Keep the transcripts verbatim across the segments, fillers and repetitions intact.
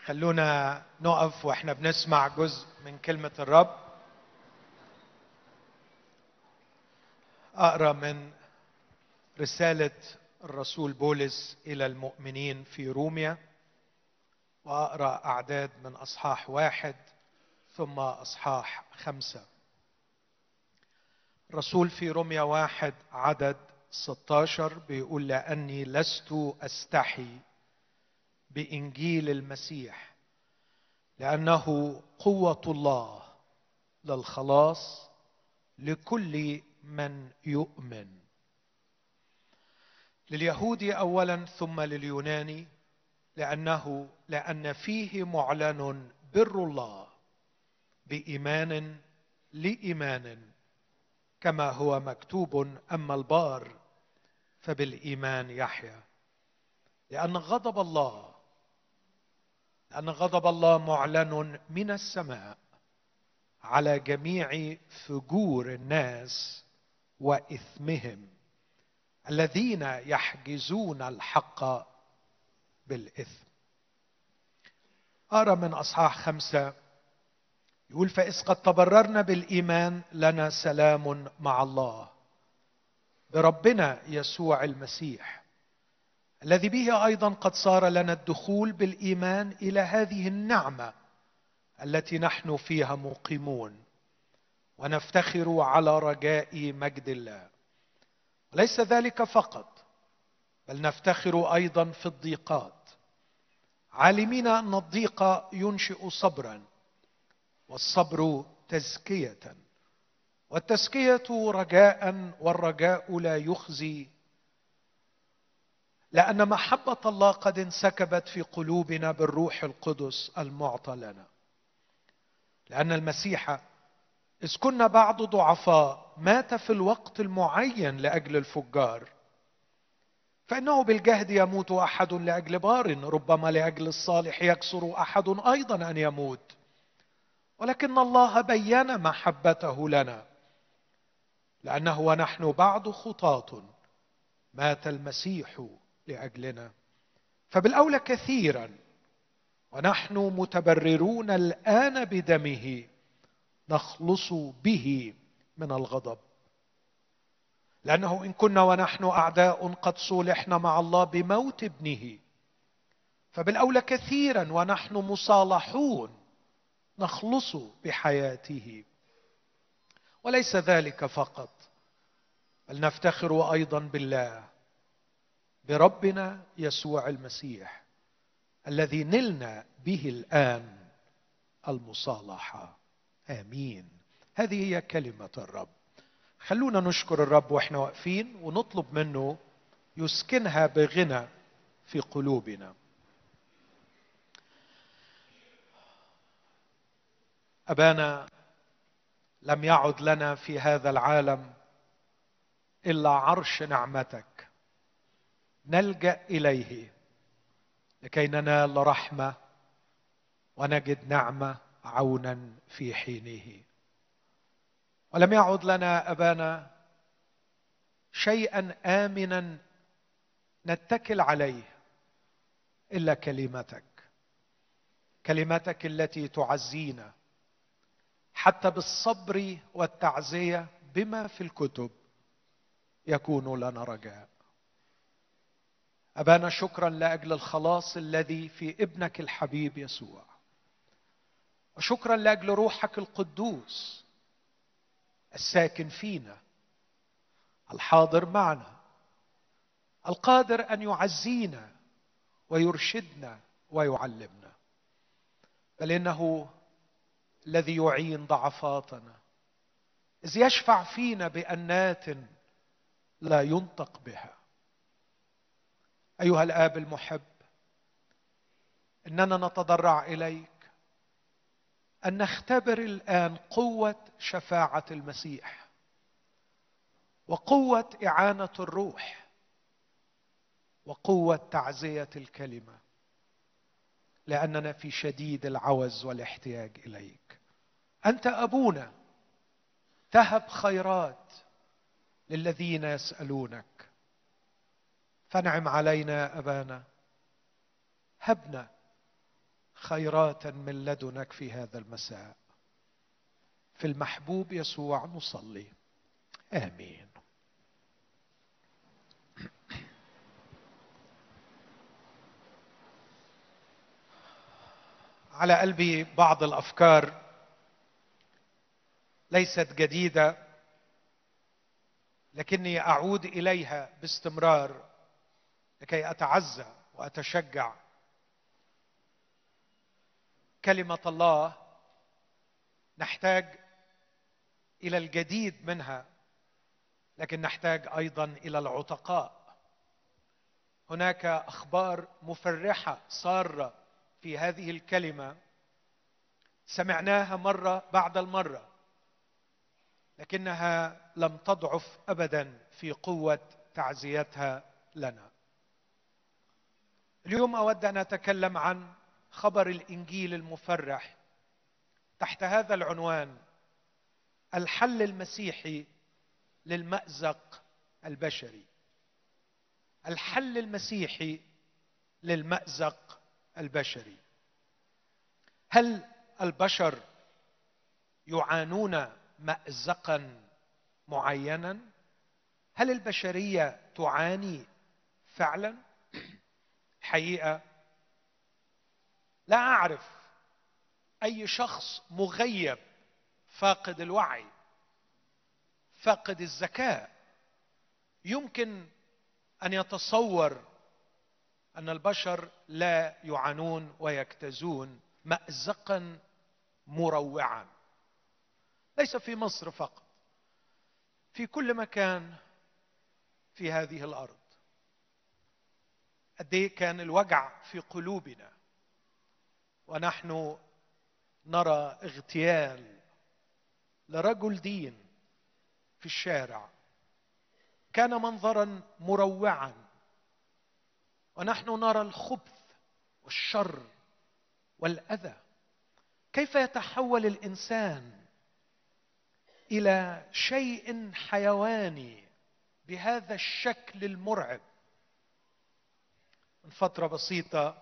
خلونا نقف واحنا بنسمع جزء من كلمة الرب. أقرأ من رسالة الرسول بولس إلى المؤمنين في روميا، وأقرأ أعداد من أصحاح واحد ثم أصحاح خمسة. الرسول في روميا واحد عدد ستة عشر بيقول: لأني لست أستحي بإنجيل المسيح، لأنه قوة الله للخلاص لكل من يؤمن، لليهود أولا ثم لليوناني، لأنه لأن فيه معلن بر الله بإيمان لإيمان، كما هو مكتوب: أما البار فبالإيمان يحيى. لأن غضب الله لأن غضب الله معلن من السماء على جميع فجور الناس وإثمهم الذين يحجزون الحق بالإثم. أرى من أصحاح خمسة يقول: فإذ قد تبررنا بالإيمان لنا سلام مع الله بربنا يسوع المسيح، الذي به أيضا قد صار لنا الدخول بالإيمان إلى هذه النعمة التي نحن فيها مقيمون، ونفتخر على رجاء مجد الله. وليس ذلك فقط، بل نفتخر أيضا في الضيقات، عالمين أن الضيق ينشئ صبرا، والصبر تزكية، والتزكية رجاء، والرجاء لا يخزي، لأن محبة الله قد انسكبت في قلوبنا بالروح القدس المعطى لنا. لأن المسيح إذ كنا بعد ضعفاء مات في الوقت المعين لأجل الفجار، فإنه بالجهد يموت أحد لأجل بار، ربما لأجل الصالح يكسر أحد أيضا أن يموت. ولكن الله بيّن محبته لنا، لأنه ونحن بعد خطاة مات المسيح لأجلنا، فبالأولى كثيرا ونحن متبررون الآن بدمه نخلص به من الغضب. لأنه إن كنا ونحن أعداء قد صولحنا مع الله بموت ابنه، فبالأولى كثيرا ونحن مصالحون نخلص بحياته. وليس ذلك فقط، بل نفتخر أيضا بالله بربنا يسوع المسيح، الذي نلنا به الآن المصالحة. آمين. هذه هي كلمة الرب. خلونا نشكر الرب واحنا واقفين ونطلب منه يسكنها بغنى في قلوبنا. أبانا، لم يعد لنا في هذا العالم إلا عرش نعمتك نلجأ إليه لكي ننال رحمة ونجد نعمة عونا في حينه. ولم يعد لنا أبانا شيئا آمنا نتكل عليه إلا كلمتك، كلمتك التي تعزينا حتى بالصبر والتعزية بما في الكتب يكون لنا رجاء. أبانا، شكرا لأجل الخلاص الذي في ابنك الحبيب يسوع، وشكرا لأجل روحك القدوس الساكن فينا، الحاضر معنا، القادر أن يعزينا ويرشدنا ويعلمنا، بل إنه الذي يعين ضعفاتنا، إذ يشفع فينا بأنات لا ينطق بها. أيها الآب المحب، إننا نتضرع إليك أن نختبر الآن قوة شفاعة المسيح وقوة إعانة الروح وقوة تعزية الكلمة، لأننا في شديد العوز والاحتياج إليك. أنت أبونا تهب خيرات للذين يسألونك، فانعم علينا أبانا، هبنا خيرات من لدنك في هذا المساء. في المحبوب يسوع نصلي، آمين. على قلبي بعض الأفكار ليست جديدة، لكني أعود إليها باستمرار لكي أتعزى وأتشجع. كلمة الله نحتاج إلى الجديد منها، لكن نحتاج أيضا إلى العتقاء. هناك أخبار مفرحة سارة في هذه الكلمة سمعناها مرة بعد المرة، لكنها لم تضعف أبدا في قوة تعزيتها لنا. اليوم أود أن أتكلم عن خبر الإنجيل المفرح تحت هذا العنوان: الحل المسيحي للمأزق البشري. الحل المسيحي للمأزق البشري. هل البشر يعانون مأزقا معينا؟ هل البشرية تعاني فعلا؟ حقيقة لا أعرف أي شخص مغيب فاقد الوعي فاقد الذكاء يمكن أن يتصور أن البشر لا يعانون ويجتازون مأزقا مروعا. ليس في مصر فقط، في كل مكان في هذه الأرض. قد ايه كان الوجع في قلوبنا ونحن نرى اغتيال لرجل دين في الشارع. كان منظرا مروعا، ونحن نرى الخبث والشر والأذى. كيف يتحول الإنسان إلى شيء حيواني بهذا الشكل المرعب؟ من فترة بسيطة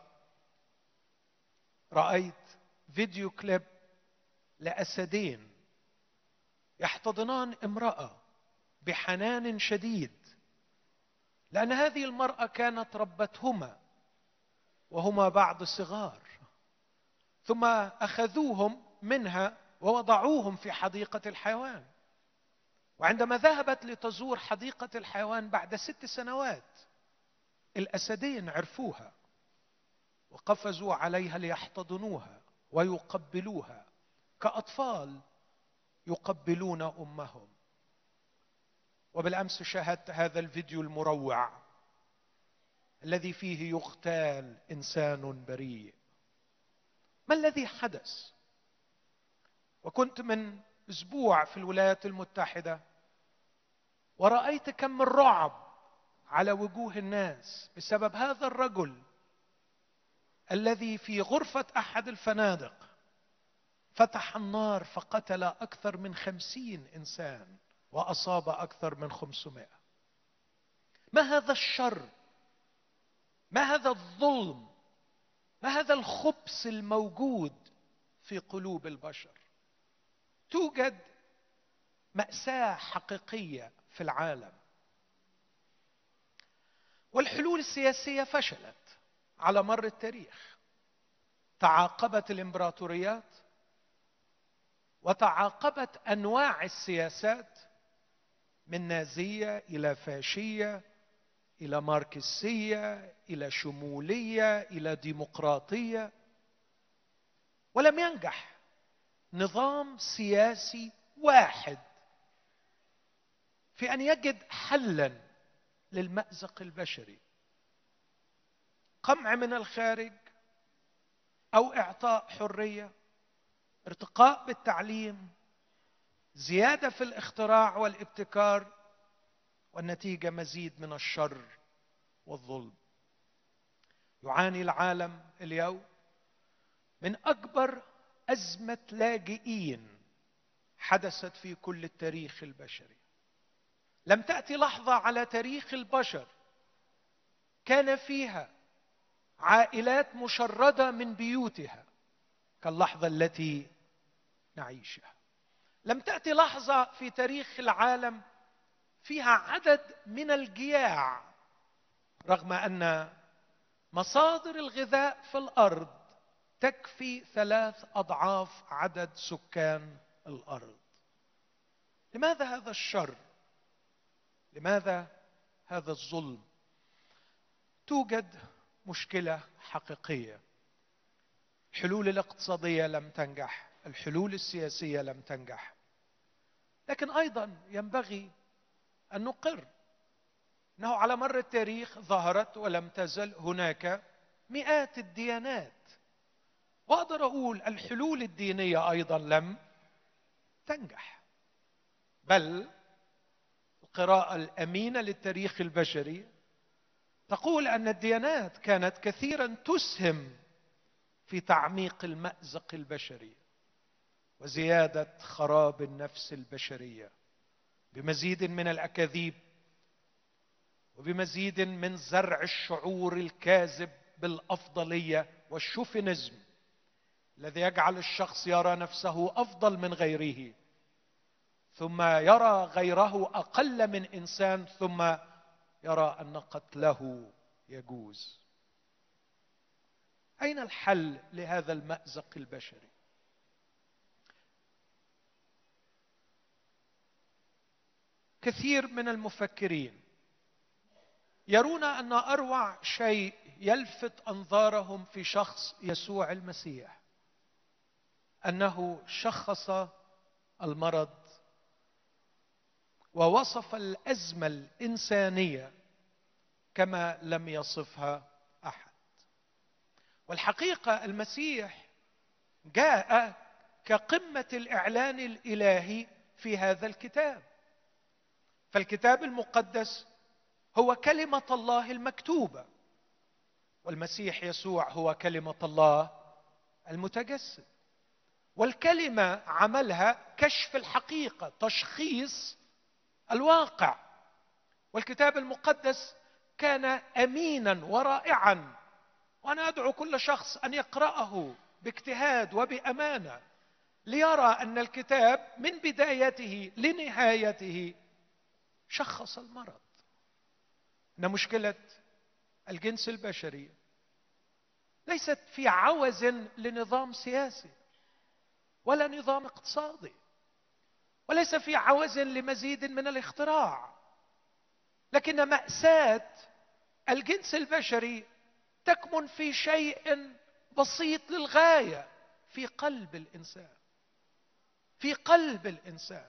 رأيت فيديو كليب لأسدين يحتضنان امرأة بحنان شديد، لأن هذه المرأة كانت ربتهما وهما بعد صغار، ثم أخذوهم منها ووضعوهم في حديقة الحيوان. وعندما ذهبت لتزور حديقة الحيوان بعد ست سنوات الأسدين عرفوها وقفزوا عليها ليحتضنوها ويقبلوها كأطفال يقبلون أمهم. وبالأمس شاهدت هذا الفيديو المروع الذي فيه يغتال إنسان بريء. ما الذي حدث؟ وكنت من أسبوع في الولايات المتحدة ورأيت كم الرعب على وجوه الناس بسبب هذا الرجل الذي في غرفة أحد الفنادق فتح النار فقتل أكثر من خمسين إنسان وأصاب أكثر من خمسمائة. ما هذا الشر؟ ما هذا الظلم؟ ما هذا الخبث الموجود في قلوب البشر؟ توجد مأساة حقيقية في العالم، والحلول السياسية فشلت على مر التاريخ. تعاقبت الإمبراطوريات وتعاقبت أنواع السياسات، من نازية إلى فاشية إلى ماركسية إلى شمولية إلى ديمقراطية، ولم ينجح نظام سياسي واحد في أن يجد حلا للمأزق البشري. قمع من الخارج أو إعطاء حرية، ارتقاء بالتعليم، زيادة في الاختراع والابتكار، والنتيجة مزيد من الشر والظلم. يعاني العالم اليوم من أكبر أزمة لاجئين حدثت في كل التاريخ البشري. لم تأتي لحظة على تاريخ البشر كان فيها عائلات مشردة من بيوتها كاللحظة التي نعيشها. لم تأتي لحظة في تاريخ العالم فيها عدد من الجياع رغم أن مصادر الغذاء في الأرض تكفي ثلاث أضعاف عدد سكان الأرض. لماذا هذا الشر؟ لماذا هذا الظلم؟ توجد مشكلة حقيقية. الحلول الاقتصادية لم تنجح، الحلول السياسية لم تنجح، لكن أيضا ينبغي أن نقر أنه على مر التاريخ ظهرت ولم تزل هناك مئات الديانات، وأقدر أقول الحلول الدينية أيضا لم تنجح. بل القراءة الأمينة للتاريخ البشري تقول أن الديانات كانت كثيرا تسهم في تعميق المأزق البشري وزيادة خراب النفس البشرية بمزيد من الأكاذيب وبمزيد من زرع الشعور الكاذب بالأفضلية والشوفينيزم الذي يجعل الشخص يرى نفسه أفضل من غيره، ثم يرى غيره أقل من إنسان، ثم يرى أن قتله يجوز. أين الحل لهذا المأزق البشري؟ كثير من المفكرين يرون أن أروع شيء يلفت أنظارهم في شخص يسوع المسيح أنه شخص المرض ووصف الأزمة الإنسانية كما لم يصفها أحد. والحقيقة المسيح جاء كقمة الإعلان الإلهي في هذا الكتاب. فالكتاب المقدس هو كلمة الله المكتوبة، والمسيح يسوع هو كلمة الله المتجسد. والكلمة عملها كشف الحقيقة، تشخيص الواقع. والكتاب المقدس كان أمينا ورائعا، وأنا أدعو كل شخص أن يقرأه باجتهاد وبأمانة ليرى أن الكتاب من بدايته لنهايته شخص المرض. إن مشكلة الجنس البشري ليست في عوز لنظام سياسي ولا نظام اقتصادي، وليس في عوز لمزيد من الاختراع، لكن مأساة الجنس البشري تكمن في شيء بسيط للغاية، في قلب الإنسان، في قلب الإنسان.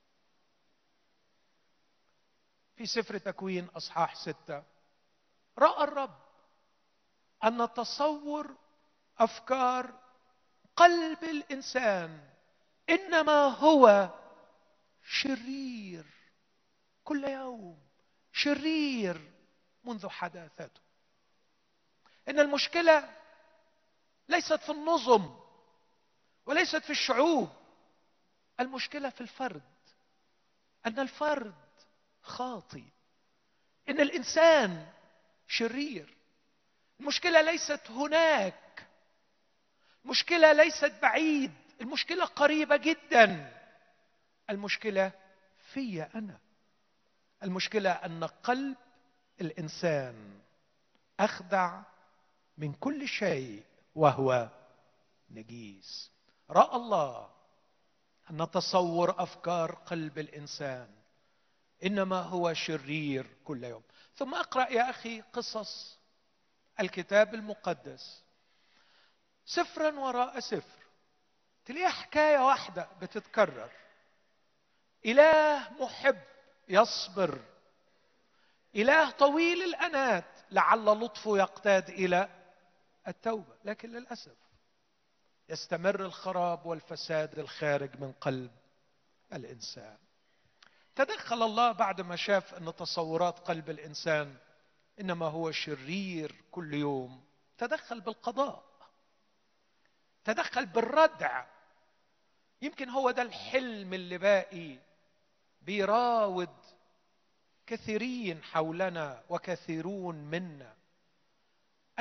في سفر تكوين أصحاح ستة رأى الرب أن تصور أفكار قلب الإنسان إنما هو شرير كل يوم، شرير منذ حداثته. إن المشكلة ليست في النظم وليست في الشعوب، المشكلة في الفرد، أن الفرد خاطئ، إن الإنسان شرير. المشكلة ليست هناك، المشكلة ليست بعيد، المشكلة قريبة جدا. المشكلة في أنا، المشكلة أن قلب الإنسان أخدع من كل شيء وهو نجيس. رأى الله أن تصور أفكار قلب الإنسان إنما هو شرير كل يوم. ثم أقرأ يا أخي قصص الكتاب المقدس سفرا وراء سفر، تلاقي حكاية واحدة بتتكرر. إله محب يصبر، إله طويل الأنات لعل لطفه يقتاد إلى التوبة، لكن للأسف يستمر الخراب والفساد الخارج من قلب الإنسان. تدخل الله بعد ما شاف أن تصورات قلب الإنسان إنما هو شرير كل يوم، تدخل بالقضاء، تدخل بالردع. يمكن هو ده الحلم اللي باقي بيراود كثيرين حولنا وكثيرون منا،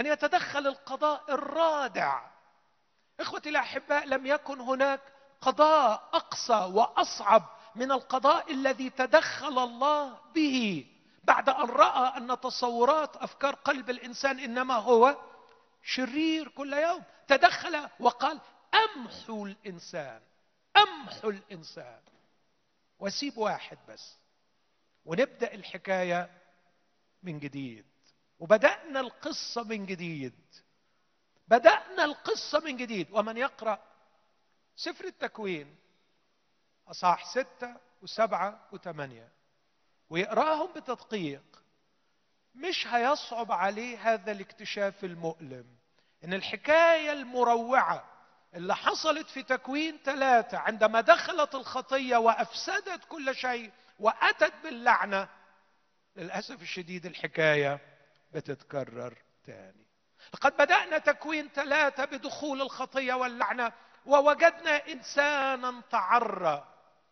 أن يتدخل القضاء الرادع. إخوتي الأحباء، لم يكن هناك قضاء أقصى وأصعب من القضاء الذي تدخل الله به بعد أن رأى أن تصورات أفكار قلب الإنسان إنما هو شرير كل يوم. تدخل وقال أمحو الإنسان، أمحو الإنسان وسيب واحد بس، ونبدأ الحكاية من جديد. وبدأنا القصة من جديد، بدأنا القصة من جديد. ومن يقرأ سفر التكوين أصحاح ستة وسبعة وثمانية ويقرأهم بتدقيق، مش هيصعب عليه هذا الاكتشاف المؤلم إن الحكاية المروعة اللي حصلت في تكوين ثلاثة عندما دخلت الخطية وأفسدت كل شيء وأتت باللعنة، للأسف الشديد الحكاية بتتكرر تاني. لقد بدأنا تكوين ثلاثة بدخول الخطية واللعنة، ووجدنا إنسانا تعرى.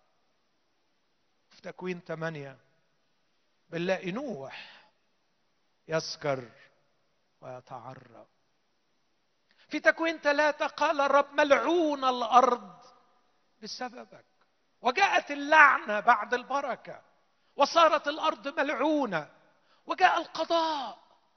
في تكوين ثمانية بنلاقي نوح يسكر ويتعرى. في تكوين ثلاثة قال الرب ملعون الأرض بسببك، وجاءت اللعنة بعد البركة وصارت الأرض ملعونة، وجاء القضاء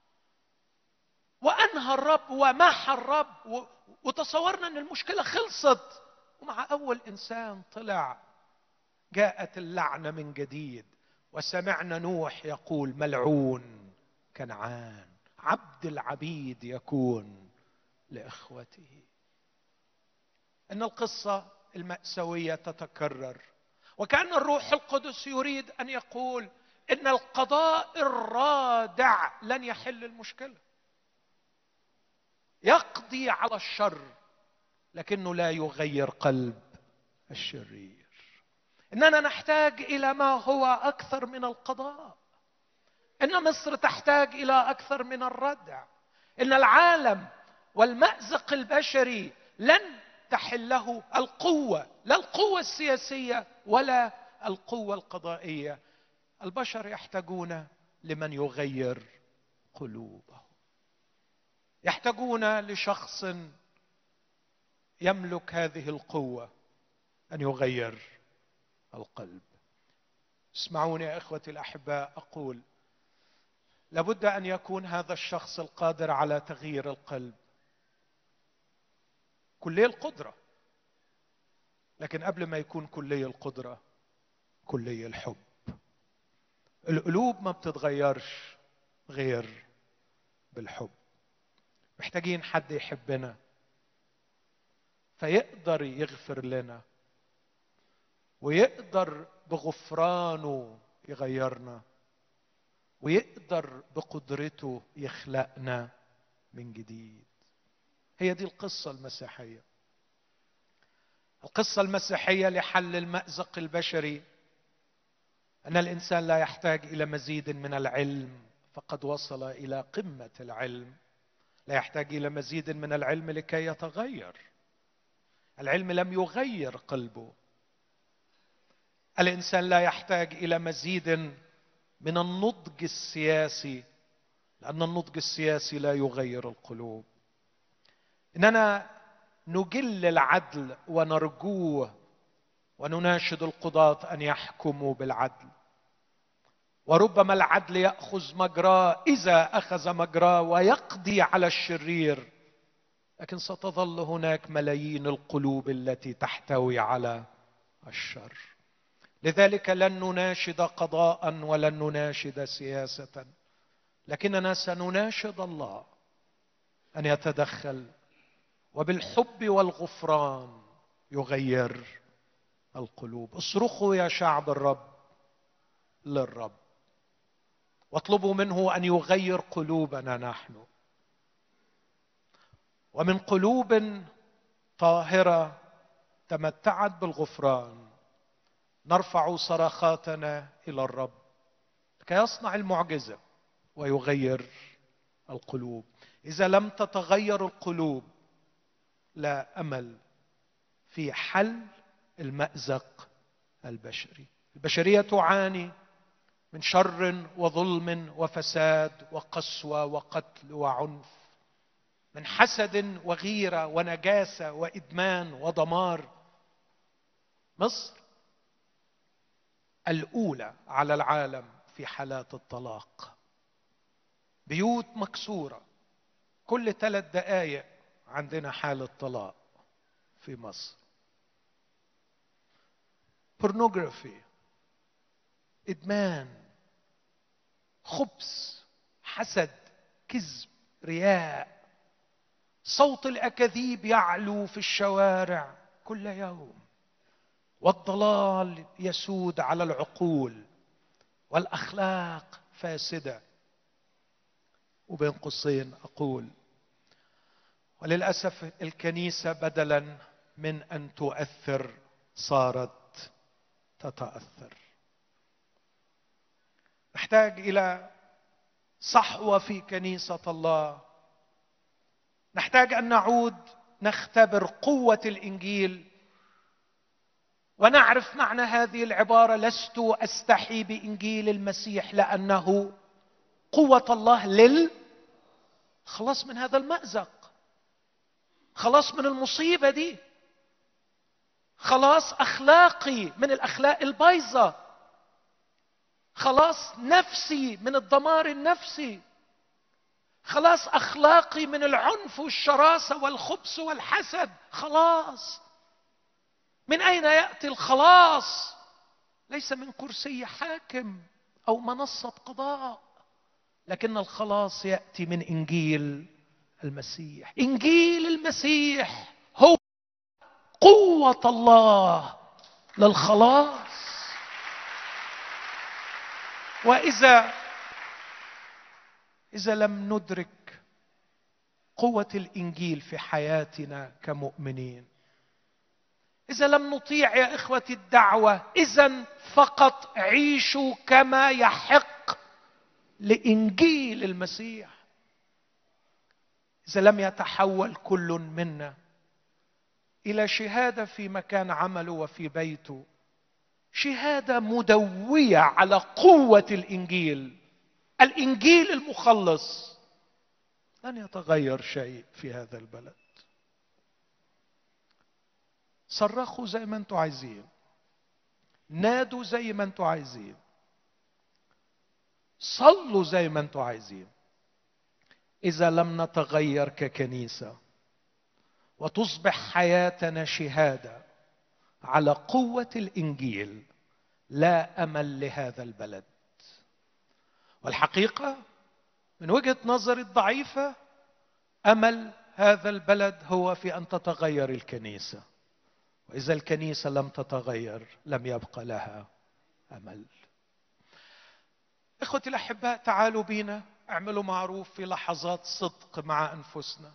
وأنهى الرب ومحى الرب، وتصورنا أن المشكلة خلصت. ومع أول إنسان طلع جاءت اللعنة من جديد، وسمعنا نوح يقول ملعون كنعان، عبد العبيد يكون لإخوته. إن القصة المأساوية تتكرر، وكأن الروح القدس يريد أن يقول إن القضاء الرادع لن يحل المشكلة، يقضي على الشر لكنه لا يغير قلب الشرير. إننا نحتاج إلى ما هو أكثر من القضاء، إن مصر تحتاج إلى أكثر من الردع، إن العالم والمأزق البشري لن تحله القوة، لا القوة السياسية ولا القوة القضائية. البشر يحتاجون لمن يغير قلوبهم، يحتاجون لشخص يملك هذه القوة أن يغير القلب. اسمعوني يا إخوتي الأحباء، أقول لابد أن يكون هذا الشخص القادر على تغيير القلب كلي القدرة، لكن قبل ما يكون كلي القدرة كلي الحب. القلوب ما بتتغيرش غير بالحب. محتاجين حد يحبنا فيقدر يغفر لنا، ويقدر بغفرانه يغيرنا، ويقدر بقدرته يخلقنا من جديد. هي دي القصة المسيحية. القصة المسيحية لحل المأزق البشري أن الإنسان لا يحتاج إلى مزيد من العلم، فقد وصل إلى قمة العلم. لا يحتاج إلى مزيد من العلم لكي يتغير. العلم لم يغير قلبه. الإنسان لا يحتاج إلى مزيد من النضج السياسي، لأن النضج السياسي لا يغير القلوب. إننا نجل العدل ونرجوه ونناشد القضاة أن يحكموا بالعدل، وربما العدل يأخذ مجراه إذا أخذ مجراه ويقضي على الشرير، لكن ستظل هناك ملايين القلوب التي تحتوي على الشر. لذلك لن نناشد قضاء ولن نناشد سياسة، لكننا سنناشد الله أن يتدخل وبالحب والغفران يغير القلوب. اصرخوا يا شعب الرب للرب، واطلبوا منه أن يغير قلوبنا نحن، ومن قلوب طاهرة تمتعت بالغفران نرفع صرخاتنا إلى الرب لكي يصنع المعجزة ويغير القلوب. إذا لم تتغير القلوب لا أمل في حل المأزق البشري. البشرية تعاني من شر وظلم وفساد وقسوة وقتل وعنف، من حسد وغيرة ونجاسة وإدمان ودمار. مصر الأولى على العالم في حالات الطلاق، بيوت مكسورة، كل ثلاث دقائق عندنا حالة طلاق في مصر. بورنوغرافي، إدمان، خبث، حسد، كذب، رياء، صوت الأكاذيب يعلو في الشوارع كل يوم، والضلال يسود على العقول، والأخلاق فاسدة. وبين قوسين أقول وللأسف الكنيسة بدلا من أن تؤثر صارت تتأثر. نحتاج إلى صحوة في كنيسة الله. نحتاج أن نعود نختبر قوة الإنجيل ونعرف معنى هذه العبارة: لست أستحي بإنجيل المسيح لأنه قوة الله للخلاص من هذا المأزق، خلاص من المصيبة دي، خلاص أخلاقي من الأخلاق البايظة، خلاص نفسي من الدمار النفسي، خلاص أخلاقي من العنف والشراسة والخبث والحسد. خلاص. من أين يأتي الخلاص؟ ليس من كرسي حاكم أو منصة قضاء، لكن الخلاص يأتي من إنجيل المسيح. إنجيل المسيح هو قوة الله للخلاص. وإذا إذا لم ندرك قوة الإنجيل في حياتنا كمؤمنين، إذا لم نطيع يا إخوتي الدعوة، إذن فقط عيشوا كما يحق لإنجيل المسيح. إذا لم يتحول كل منا إلى شهادة في مكان عمله وفي بيته، شهادة مدوية على قوة الإنجيل، الإنجيل المخلص، لن يتغير شيء في هذا البلد. صرخوا زي ما انتوا عايزين، نادوا زي ما انتوا عايزين، صلوا زي ما انتوا عايزين، إذا لم نتغير ككنيسة وتصبح حياتنا شهادة على قوة الإنجيل، لا أمل لهذا البلد. والحقيقة من وجهة نظري الضعيفة، أمل هذا البلد هو في أن تتغير الكنيسة، وإذا الكنيسة لم تتغير لم يبقى لها أمل. إخوتي الأحباء، تعالوا بينا اعملوا معروف في لحظات صدق مع أنفسنا،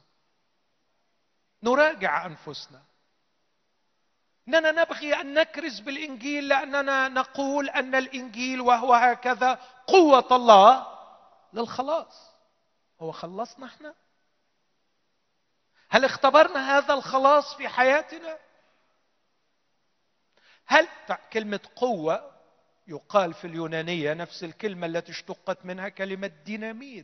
نراجع أنفسنا. إننا نبغي أن نكرز بالإنجيل لأننا نقول أن الإنجيل وهو هكذا قوة الله للخلاص. هو خلصنا احنا؟ هل اختبرنا هذا الخلاص في حياتنا؟ هل كلمة قوة يقال في اليونانية نفس الكلمة التي اشتقت منها كلمة ديناميت.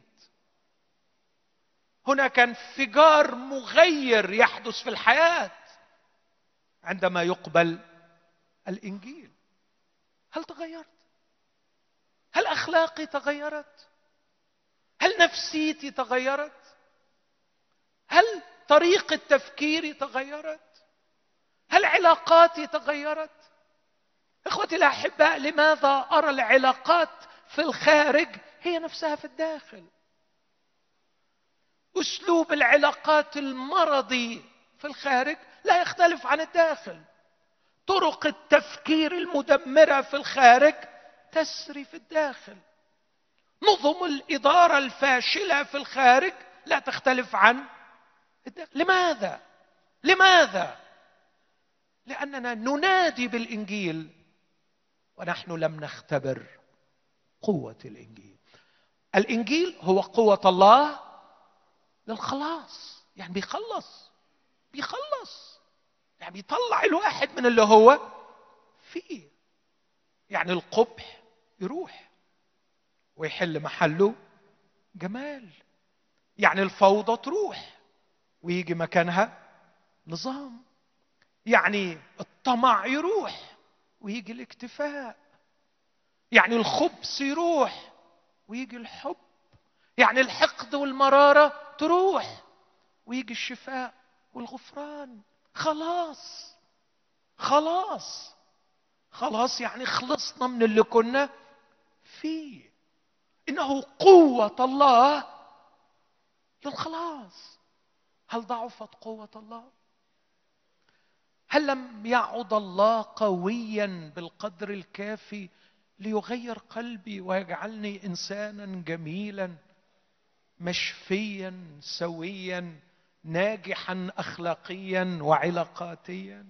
هناك انفجار مغير يحدث في الحياة عندما يقبل الإنجيل. هل تغيرت؟ هل أخلاقي تغيرت؟ هل نفسيتي تغيرت؟ هل طريقة تفكيري تغيرت؟ هل علاقاتي تغيرت؟ إخوتي الأحباء، لماذا أرى العلاقات في الخارج هي نفسها في الداخل؟ أسلوب العلاقات المرضي في الخارج لا يختلف عن الداخل. طرق التفكير المدمرة في الخارج تسري في الداخل. نظم الإدارة الفاشلة في الخارج لا تختلف عن الداخل. لماذا؟ لماذا؟ لأننا ننادي بالإنجيل ونحن لم نختبر قوة الإنجيل. الإنجيل هو قوة الله للخلاص، يعني بيخلص بيخلص يعني بيطلع الواحد من اللي هو فيه. يعني القبح يروح ويحل محله جمال، يعني الفوضى تروح ويجي مكانها نظام. يعني الطمع يروح ويجي الاكتفاء، يعني الخبث يروح ويجي الحب، يعني الحقد والمرارة تروح ويجي الشفاء والغفران. خلاص خلاص خلاص، يعني خلصنا من اللي كنا فيه. إنه قوة الله للخلاص. هل ضعفت قوة الله؟ هل لم يعد الله قويا بالقدر الكافي ليغير قلبي ويجعلني إنسانا جميلا مشفيا سويا ناجحا أخلاقيا وعلاقاتيا؟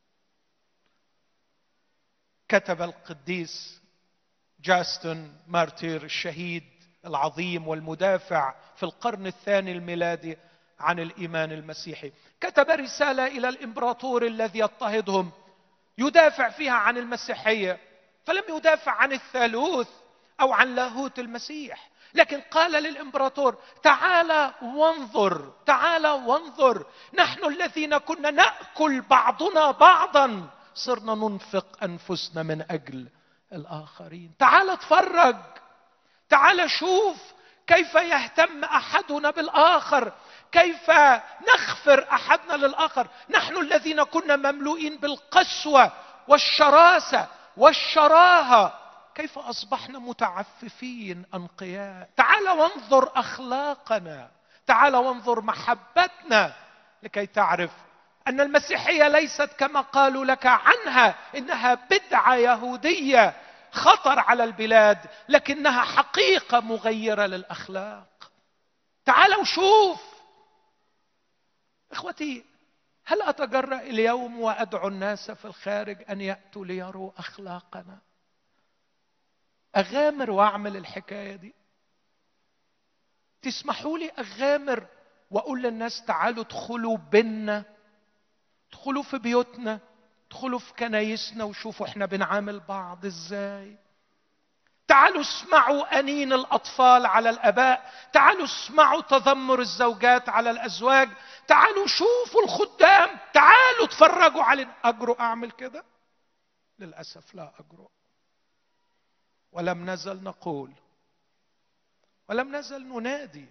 كتب القديس جاستون مارتير الشهيد العظيم والمدافع في القرن الثاني الميلادي عن الإيمان المسيحي، كتب رسالة إلى الإمبراطور الذي يضطهدهم يدافع فيها عن المسيحية، فلم يدافع عن الثالوث أو عن لاهوت المسيح، لكن قال للإمبراطور: تعال وانظر، تعال وانظر، نحن الذين كنا نأكل بعضنا بعضا صرنا ننفق أنفسنا من أجل الآخرين. تعال اتفرج، تعال شوف كيف يهتم أحدنا بالآخر، كيف نغفر أحدنا للآخر. نحن الذين كنا مملوئين بالقسوة والشراسة والشراهة، كيف أصبحنا متعففين أنقياء. تعال وانظر أخلاقنا، تعال وانظر محبتنا، لكي تعرف أن المسيحية ليست كما قالوا لك عنها إنها بدعة يهودية خطر على البلاد، لكنها حقيقة مغيرة للأخلاق. تعالوا شوف. إخوتي، هل أتجرأ اليوم وأدعو الناس في الخارج أن يأتوا ليروا أخلاقنا؟ أغامر وأعمل الحكاية دي؟ تسمحوا لي أغامر وأقول للناس: تعالوا ادخلوا بيننا، ادخلوا في بيوتنا، ادخلوا في كنايسنا وشوفوا احنا بنعامل بعض ازاي. تعالوا اسمعوا أنين الأطفال على الآباء، تعالوا اسمعوا تذمر الزوجات على الأزواج، تعالوا شوفوا الخدام، تعالوا اتفرجوا علينا. أجرؤ أعمل كده؟ للأسف لا أجرؤ. ولم نزل نقول ولم نزل ننادي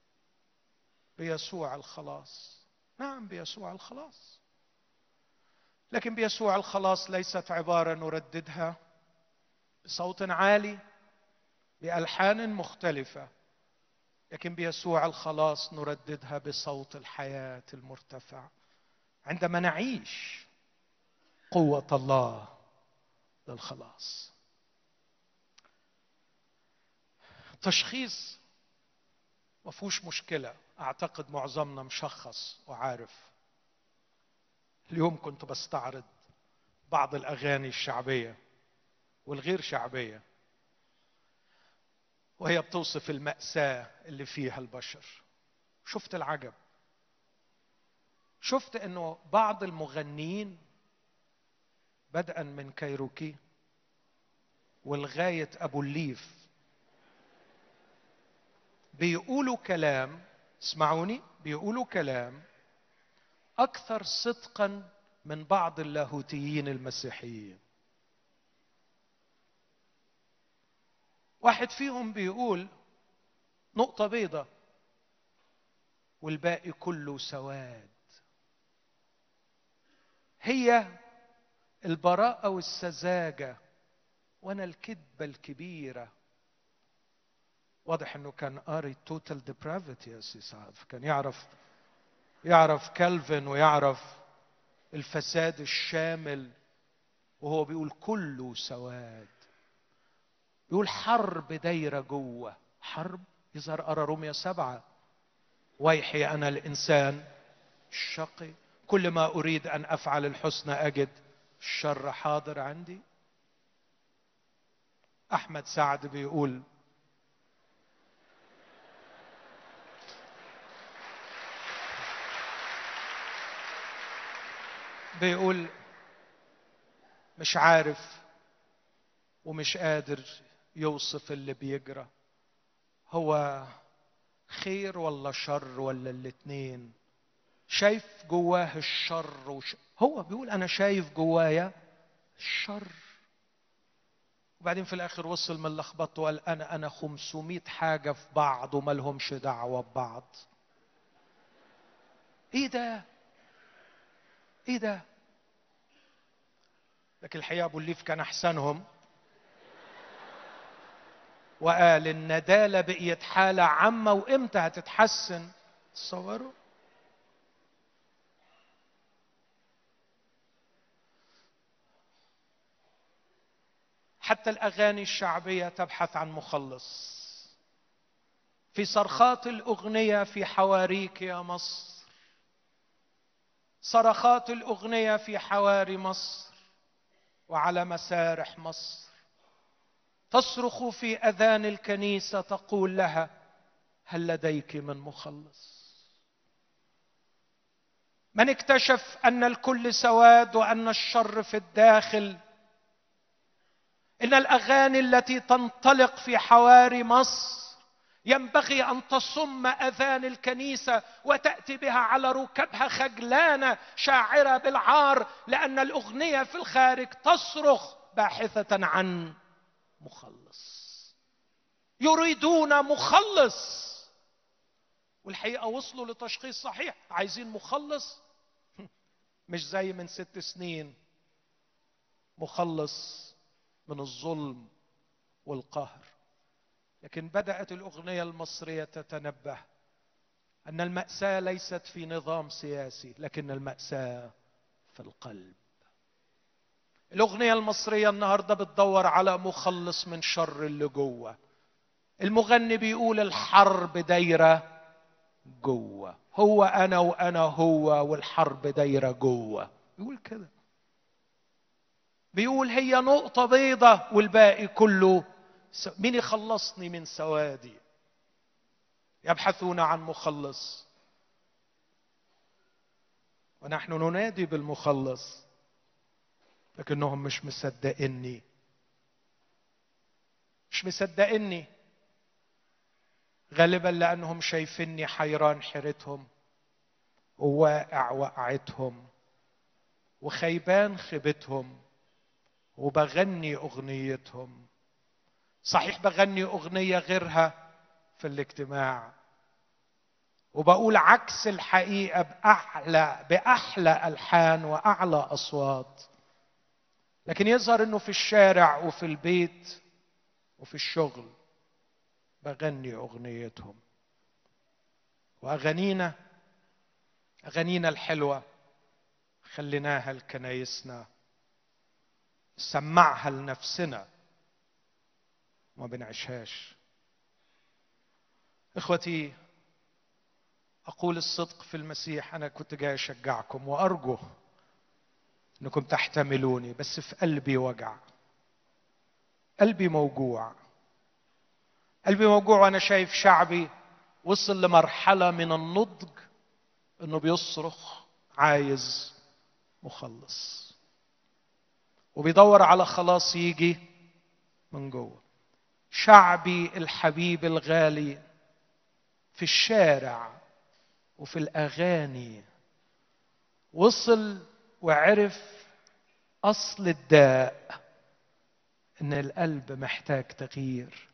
بيسوع الخلاص. نعم، بيسوع الخلاص، لكن بيسوع الخلاص ليست عبارة نرددها بصوت عالي بألحان مختلفة، لكن بيسوع الخلاص نرددها بصوت الحياة المرتفع عندما نعيش قوة الله للخلاص. تشخيص ما فيهوش مشكلة، أعتقد معظمنا مشخص وعارف. اليوم كنت بستعرض بعض الأغاني الشعبية والغير شعبية، وهي بتوصف المأساة اللي فيها البشر. شفت العجب، شفت أنه بعض المغنيين بدءا من كايروكي والغاية أبو الليف بيقولوا كلام، اسمعوني، بيقولوا كلام أكثر صدقا من بعض اللاهوتيين المسيحيين. واحد فيهم بيقول نقطة بيضة والباقي كله سواد. هي البراءة والسذاجة وانا الكذبة الكبيرة. واضح انه كان قاري توتال ديبرافيتي يا سي سعد، كان يعرف يعرف كالفن ويعرف الفساد الشامل، وهو بيقول كله سواد. بيقول حرب دايرة جوه، حرب. يظهر قرا رومية سبعة: ويحي أنا الإنسان الشقي، كل ما أريد أن أفعل الحسنى أجد الشر حاضر عندي. أحمد سعد بيقول بيقول مش عارف ومش قادر يوصف اللي بيجرى، هو خير ولا شر ولا الاتنين، شايف جواه الشر وش... هو بيقول انا شايف جوايا الشر. وبعدين في الاخر وصل من لخبطته وقال انا انا خمسمائة حاجه في بعض وما لهمش دعوه ببعض. ايه ده؟ ايه ده؟ لكن الحقيقه ابو الليف كان احسنهم وقال الندالة بقيت حالة عامة وامتى هتتحسن؟ تصوروا؟ حتى الأغاني الشعبية تبحث عن مخلص. في صرخات الأغنية في حواريك يا مصر، صرخات الأغنية في حواري مصر وعلى مسارح مصر، تصرخ في أذان الكنيسة تقول لها هل لديك من مخلص؟ من اكتشف أن الكل سواد وأن الشر في الداخل، إن الأغاني التي تنطلق في حواري مصر ينبغي أن تصم أذان الكنيسة وتأتي بها على ركبها خجلانة شاعرة بالعار، لأن الأغنية في الخارج تصرخ باحثة عن مخلص. يريدون مخلص، والحقيقة وصلوا لتشخيص صحيح، عايزين مخلص مش زي من ست سنين، مخلص من الظلم والقهر. لكن بدأت الأغنية المصرية تتنبه أن المأساة ليست في نظام سياسي، لكن المأساة في القلب. الأغنية المصرية النهاردة بتدور على مخلص من شر اللي جوه. المغني بيقول الحرب دايرة جوه، هو أنا وأنا هو، والحرب دايرة جوه. بيقول كده، بيقول هي نقطة بيضة والباقي كله س... مين يخلصني من سوادي؟ يبحثون عن مخلص، ونحن ننادي بالمخلص، لكنهم مش مصدقيني، مش مصدقيني غالبا لأنهم شايفيني حيران حيرتهم وواقع وقعتهم وخيبان خيبتهم وبغني أغنيتهم. صحيح بغني أغنية غيرها في الاجتماع وبقول عكس الحقيقة بأحلى بأحلى ألحان وأعلى أصوات، لكن يظهر أنه في الشارع وفي البيت وفي الشغل بغني أغنيتهم. وأغانينا أغانينا الحلوة خليناها لكنايسنا، سمعها لنفسنا وما بنعيشهاش. إخوتي، أقول الصدق في المسيح، أنا كنت جاي أشجعكم وأرجو أنكم تحتملوني، بس في قلبي وجع، قلبي موجوع، قلبي موجوع وأنا شايف شعبي وصل لمرحلة من النضج أنه بيصرخ عايز مخلص وبيدور على خلاص يجي من جوه. شعبي الحبيب الغالي في الشارع وفي الأغاني وصل وعرف أصل الداء، إن القلب محتاج تغيير.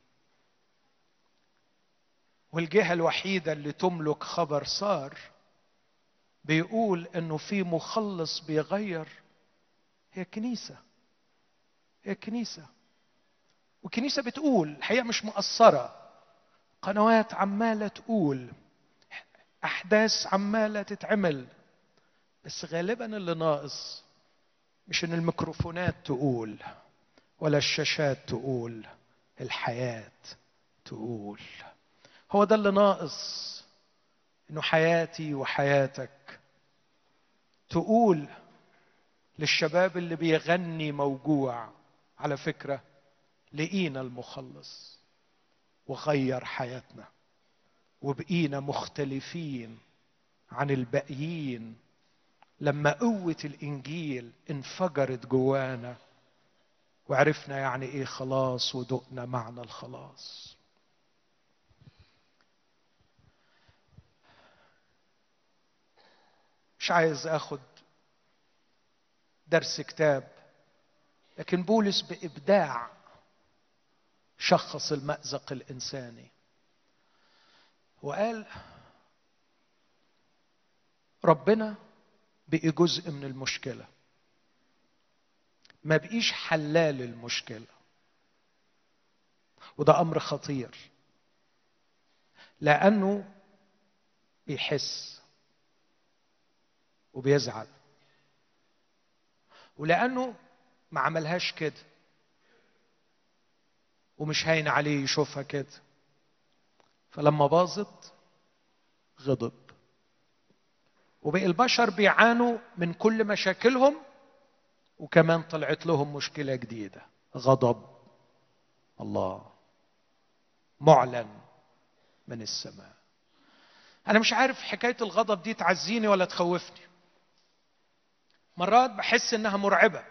والجهة الوحيدة اللي تملك خبر صار بيقول إنه في مخلص بيغير هي الكنيسة، هي الكنيسة. والكنيسة بتقول، الحقيقة مش مقصرة، قنوات عمالة تقول، أحداث عمالة تتعمل، بس غالبا اللي ناقص مش إن الميكروفونات تقول ولا الشاشات تقول، الحياة تقول. هو ده اللي ناقص، إنه حياتي وحياتك تقول للشباب اللي بيغني موجوع على فكرة لقينا المخلص وغير حياتنا وبقينا مختلفين عن الباقيين لما قوة الإنجيل انفجرت جوانا وعرفنا يعني إيه خلاص ودقنا معنى الخلاص. مش عايز اخد درس كتاب، لكن بولس بإبداع شخص المأزق الإنساني وقال ربنا بقي جزء من المشكلة، ما بقيش حلال المشكلة. وده أمر خطير، لأنه بيحس وبيزعل، ولأنه ما عملهاش كده ومش هين عليه يشوفها كده، فلما باظت غضب. وبقى البشر بيعانوا من كل مشاكلهم، وكمان طلعت لهم مشكلة جديدة، غضب الله معلن من السماء. أنا مش عارف حكاية الغضب دي تعزيني ولا تخوفني. مرات بحس إنها مرعبة،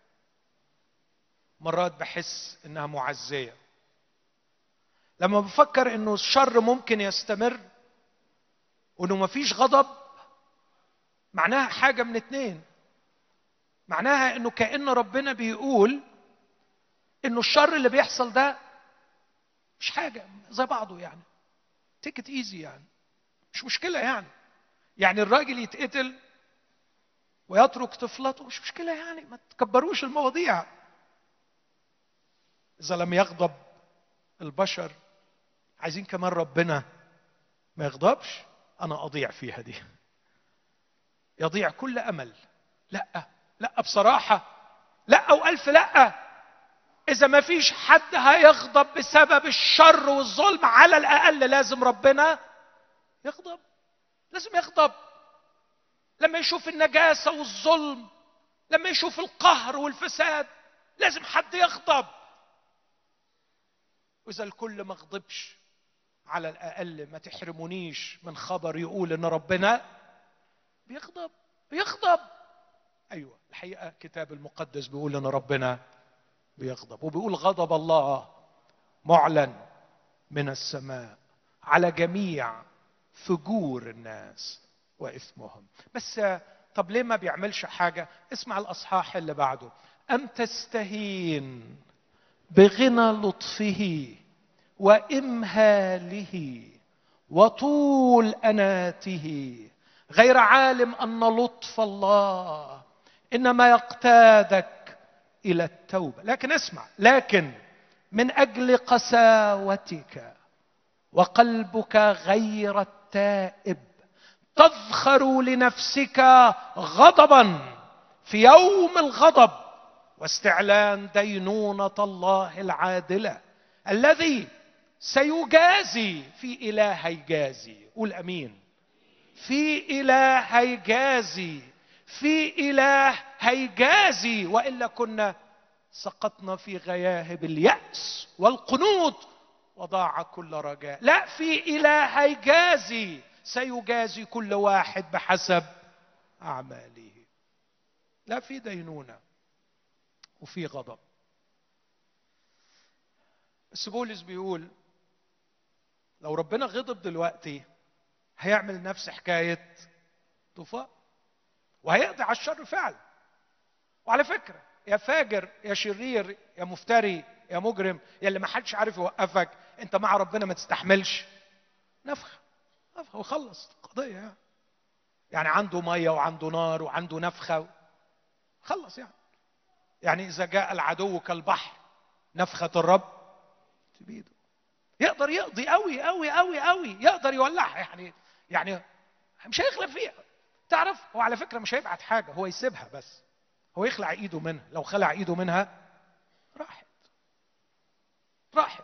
مرات بحس إنها معزية. لما بفكر إنه الشر ممكن يستمر وإنه مفيش غضب، معناها حاجة من اتنين. معناها إنه كأن ربنا بيقول إنه الشر اللي بيحصل ده مش حاجة، زي بعضه يعني، take it easy يعني، مش مشكلة يعني. يعني الراجل يتقتل ويترك طفلته مش مشكلة يعني، ما تكبروش المواضيع. إذا لم يغضب البشر، عايزين كمان ربنا ما يغضبش؟ أنا أضيع فيها دي، يضيع كل أمل. لا لا بصراحة، لا وألف لا. إذا ما فيش حد هيغضب بسبب الشر والظلم، على الأقل لازم ربنا يغضب، لازم يغضب. لما يشوف النجاسة والظلم، لما يشوف القهر والفساد، لازم حد يغضب. وإذا الكل ما غضبش، على الأقل ما تحرمونيش من خبر يقول إن ربنا بيغضب. بيغضب أيوة، الحقيقة الكتاب المقدس بيقول إن ربنا بيغضب، وبيقول غضب الله معلن من السماء على جميع فجور الناس وإثمهم. بس طب ليه ما بيعملش حاجة؟ اسمع الأصحاح اللي بعده. أم تستهين بغنى لطفه وإمهاله وطول أناته، غير عالم أن لطف الله إنما يقتادك إلى التوبة. لكن اسمع، لكن من أجل قساوتك وقلبك غير التائب تذخر لنفسك غضبا في يوم الغضب واستعلان دينونة الله العادلة الذي سيجازي. في إله هيجازي، قول أمين. في إله هيجازي، في إله هيجازي، وإلا كنا سقطنا في غياهب اليأس والقنوط وضاع كل رجاء. لا، في إله هيجازي، سيجازي كل واحد بحسب أعماله. لا في دينونة وفي غضب. بس بولس بيقول لو ربنا غضب دلوقتي هيعمل نفس حكاية طوفان وهيقضي على الشر فعلا. وعلى فكرة يا فاجر يا شرير يا مفتري يا مجرم يا اللي ما حدش عارف يوقفك، انت مع ربنا ما تستحملش نفخة نفخة وخلص القضية يعني. يعني عنده مية وعنده نار وعنده نفخة خلص يعني. يعني إذا جاء العدو كالبحر نفخة الرب تبيده. يقدر يقضي قوي قوي قوي قوي، يقدر يولعها يعني. يعني مش هيخلق فيها. تعرف هو على فكرة مش هيبعت حاجة، هو يسيبها بس، هو يخلع ايده منها. لو خلع ايده منها راحت راحت.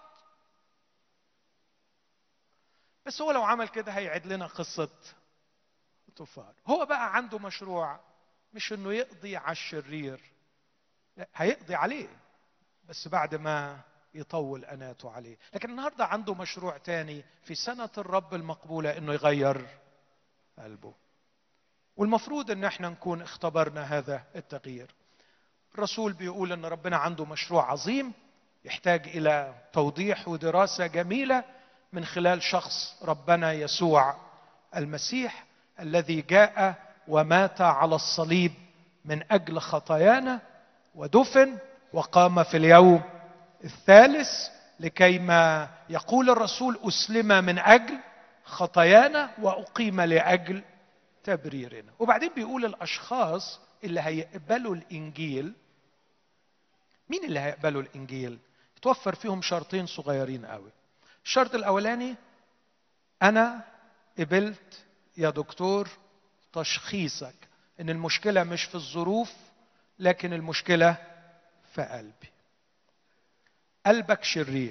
بس هو لو عمل كده هيعيد لنا قصة طوفان. هو بقى عنده مشروع، مش انه يقضي على الشرير، لا هيقضي عليه بس بعد ما يطول أناته عليه. لكن النهاردة عنده مشروع تاني في سنة الرب المقبولة، انه يغير قلبه. والمفروض ان احنا نكون اختبرنا هذا التغيير. الرسول بيقول ان ربنا عنده مشروع عظيم يحتاج الى توضيح ودراسة جميلة من خلال شخص ربنا يسوع المسيح الذي جاء ومات على الصليب من أجل خطايانا ودفن وقام في اليوم الثالث لكيما يقول الرسول أسلم من أجل خطايانا وأقيم لأجل تبريرنا. وبعدين بيقول الأشخاص اللي هيقبلوا الإنجيل، مين اللي هيقبلوا الإنجيل؟ يتوفر فيهم شرطين صغيرين قوي. الشرط الأولاني، أنا قبلت يا دكتور تشخيصك إن المشكلة مش في الظروف لكن المشكلة في قلبي. قلبك شرير،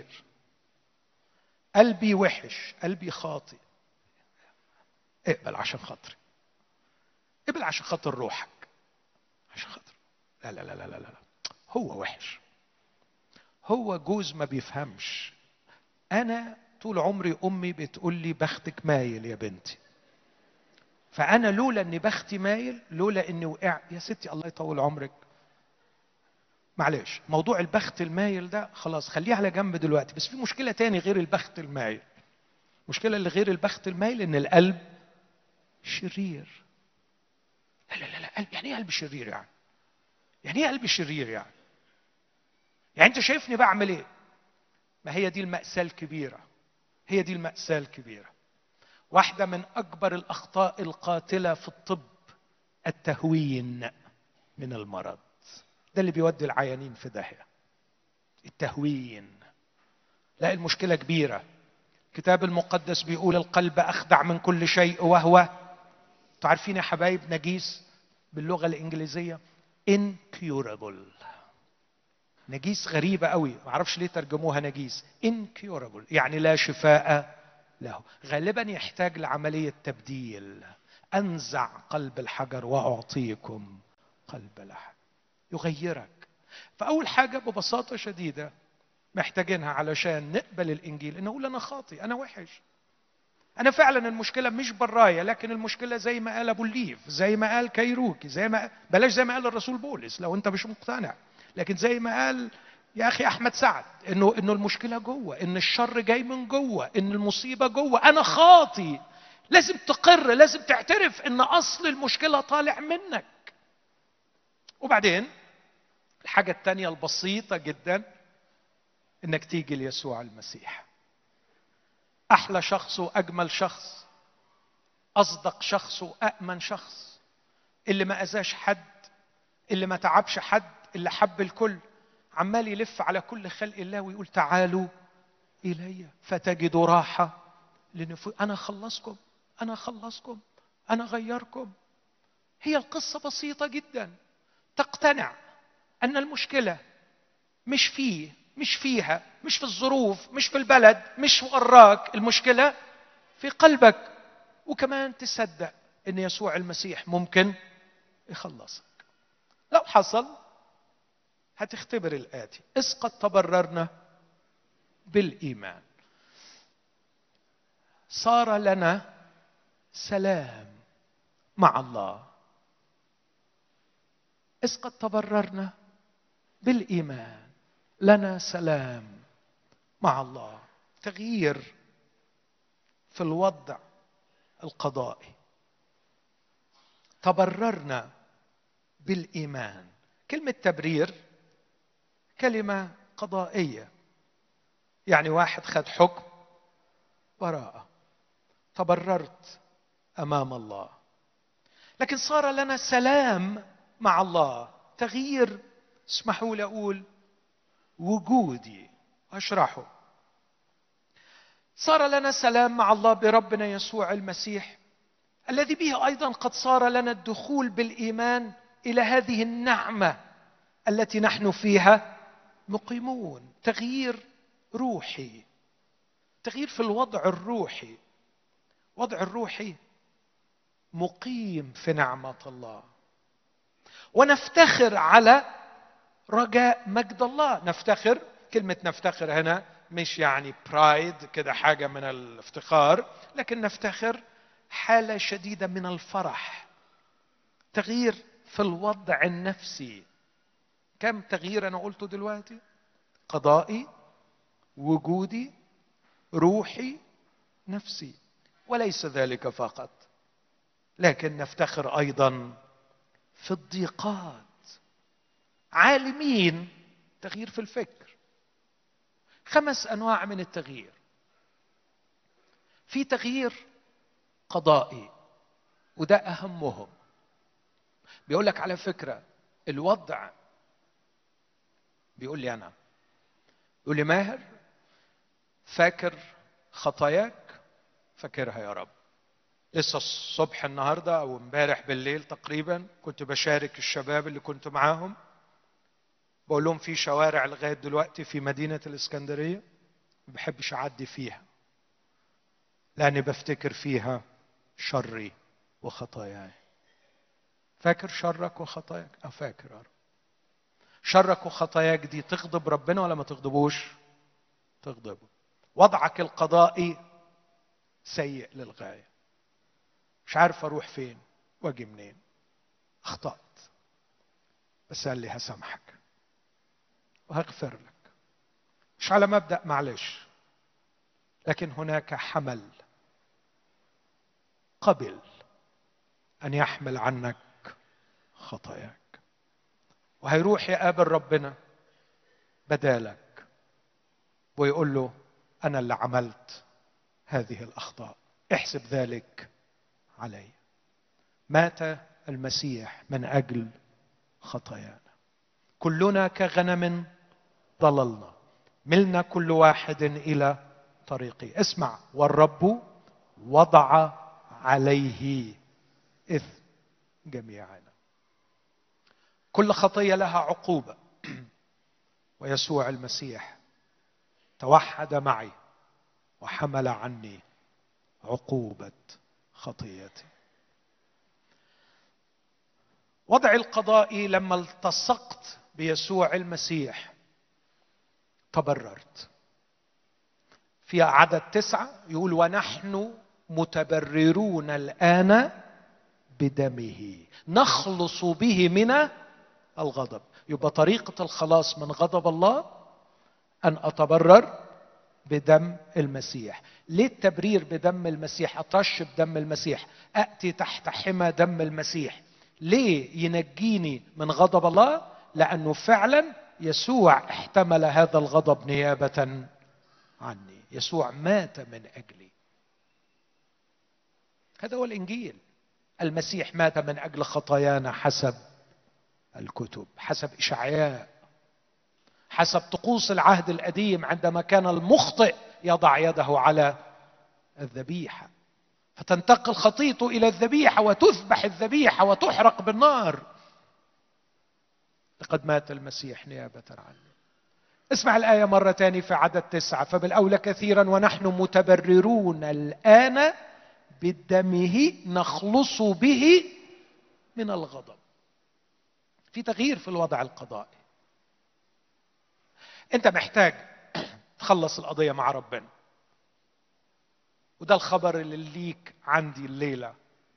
قلبي وحش، قلبي خاطئ. اقبل عشان خاطري، اقبل عشان خاطر روحك، عشان خاطر لا لا لا لا لا لا هو وحش، هو جوز ما بيفهمش. أنا طول عمري أمي بتقول لي بختك مايل يا بنتي، فأنا لولا إني بختي مايل، لولا إني وقع يا ستي الله يطول عمرك، معلش موضوع البخت المايل ده خلاص خليه على جنب دلوقتي. بس في مشكلة تاني غير البخت المايل. المشكلة اللي غير البخت المايل إن القلب شرير. لا لا لا لا قلب، يعني إيه قلب شرير يعني؟ يعني إيه قلب شرير يعني؟ يعني أنت شايفني بعمل إيه؟ ما هي دي المأساة الكبيرة، هي دي المأساة الكبيرة. واحدة من أكبر الأخطاء القاتلة في الطب التهوين من المرض. ده اللي بيودي العيانين في داهية، التهوين. لا المشكلة كبيرة. الكتاب المقدس بيقول القلب أخدع من كل شيء وهو، تعرفين يا حبايب، نجيس باللغة الإنجليزية incurable. نجيس غريبة قوي، ما اعرفش ليه ترجموها نجيس. incurable يعني لا شفاء له. غالبا يحتاج لعملية تبديل. أنزع قلب الحجر وأعطيكم قلب لحم يغيرك. فأول حاجة ببساطة شديدة محتاجينها علشان نقبل الإنجيل إن نقول أنا خاطئ، أنا وحش، أنا فعلا المشكلة مش برايا، لكن المشكلة زي ما قال أبو الليف، زي ما قال كيروكي، زي ما بلاش زي ما قال الرسول بولس لو أنت مش مقتنع، لكن زي ما قال يا أخي أحمد سعد إنه إنه المشكلة جوه، إن الشر جاي من جوه، إن المصيبة جوه، أنا خاطئ. لازم تقر، لازم تعترف إن أصل المشكلة طالع منك. وبعدين الحاجة الثانية البسيطة جدا إنك تيجي ليسوع المسيح. أحلى شخص وأجمل شخص، أصدق شخص وأأمن شخص، اللي ما أذاش حد، اللي ما تعبش حد، اللي حب الكل، عمال يلف على كل خلق الله ويقول تعالوا إلي فتجدوا راحة لنفوس. أنا خلصكم، أنا خلصكم، أنا غيركم. هي القصة بسيطة جدا. تقتنع أن المشكلة مش فيه، مش فيها، مش في الظروف، مش في البلد، مش وراك، المشكلة في قلبك. وكمان تصدق أن يسوع المسيح ممكن يخلصك. لو حصل هتختبر الآتي: إذ قد تبررنا بالإيمان صار لنا سلام مع الله. إذ قد تبررنا بالإيمان لنا سلام مع الله. تغيير في الوضع القضائي. تبررنا بالإيمان. كلمة تبرير كلمة قضائية، يعني واحد خد حكم براءة، تبررت أمام الله. لكن صار لنا سلام مع الله. تغيير، اسمحوا لي أقول وجودي، أشرحه. صار لنا سلام مع الله بربنا يسوع المسيح، الذي به أيضا قد صار لنا الدخول بالإيمان إلى هذه النعمة التي نحن فيها مقيمون. تغيير روحي، تغيير في الوضع الروحي. وضع الروحي مقيم في نعمة الله، ونفتخر على رجاء مجد الله. نفتخر، كلمة نفتخر هنا مش يعني برايد كده حاجة من الافتخار، لكن نفتخر حالة شديدة من الفرح. تغيير في الوضع النفسي. كم تغيير أنا قلته دلوقتي؟ قضائي، وجودي، روحي، نفسي. وليس ذلك فقط، لكن نفتخر أيضا في الضيقات، عالمين تغيير في الفكر. خمس أنواع من التغيير. في تغيير قضائي وده أهمهم. بيقول لك على فكرة الوضع، بيقول لي أنا، يقول لي ماهر فاكر خطاياك؟ فاكرها يا رب. لسه الصبح النهاردة أو امبارح بالليل تقريبا كنت بشارك الشباب اللي كنت معاهم، بقول لهم في شوارع لغاية دلوقتي في مدينة الإسكندرية ما بحبش أعدي فيها لأني بفتكر فيها شري وخطاياي. فاكر شرك وخطاياك؟ أو فاكر يا رب. شرك وخطاياك دي تغضب ربنا ولا ما تغضبوش؟ تغضبه. وضعك القضائي سيء للغاية، مش عارف أروح فين واجي منين، أخطأت، بس قال لي هسامحك وهغفر لك، مش على مبدأ معلش، لكن هناك حمل قبل أن يحمل عنك خطاياك، وهيروح يقابل ربنا بدالك ويقول له أنا اللي عملت هذه الأخطاء، احسب ذلك علي. مات المسيح من أجل خطايانا. كلنا كغنم ضللنا، ملنا كل واحد إلى طريقه. اسمع، والرب وضع عليه إثم جميعنا. كل خطية لها عقوبة، ويسوع المسيح توحد معي وحمل عني عقوبة خطيتي. وضع القضائي لما التصقت بيسوع المسيح تبررت. في عدد تسعة يقول ونحن متبررون الآن بدمه نخلص به من الغضب. يبقى طريقة الخلاص من غضب الله أن أتبرر بدم المسيح. ليه التبرير بدم المسيح؟ أطش بدم المسيح، أأتي تحت حمى دم المسيح. ليه ينجيني من غضب الله؟ لأنه فعلا يسوع احتمل هذا الغضب نيابة عني. يسوع مات من أجلي. هذا هو الإنجيل. المسيح مات من أجل خطايانا حسب الكتب، حسب إشعياء، حسب طقوس العهد القديم عندما كان المخطئ يضع يده على الذبيحة فتنتقل خطيته إلى الذبيحة وتذبح الذبيحة وتحرق بالنار. لقد مات المسيح نيابة عني. اسمع الآية مرة تاني في عدد تسعة، فبالأولى كثيرا ونحن متبررون الآن بدمه نخلص به من الغضب. في تغيير في الوضع القضائي. انت محتاج تخلص القضية مع ربنا، وده الخبر اللي ليك عندي الليلة.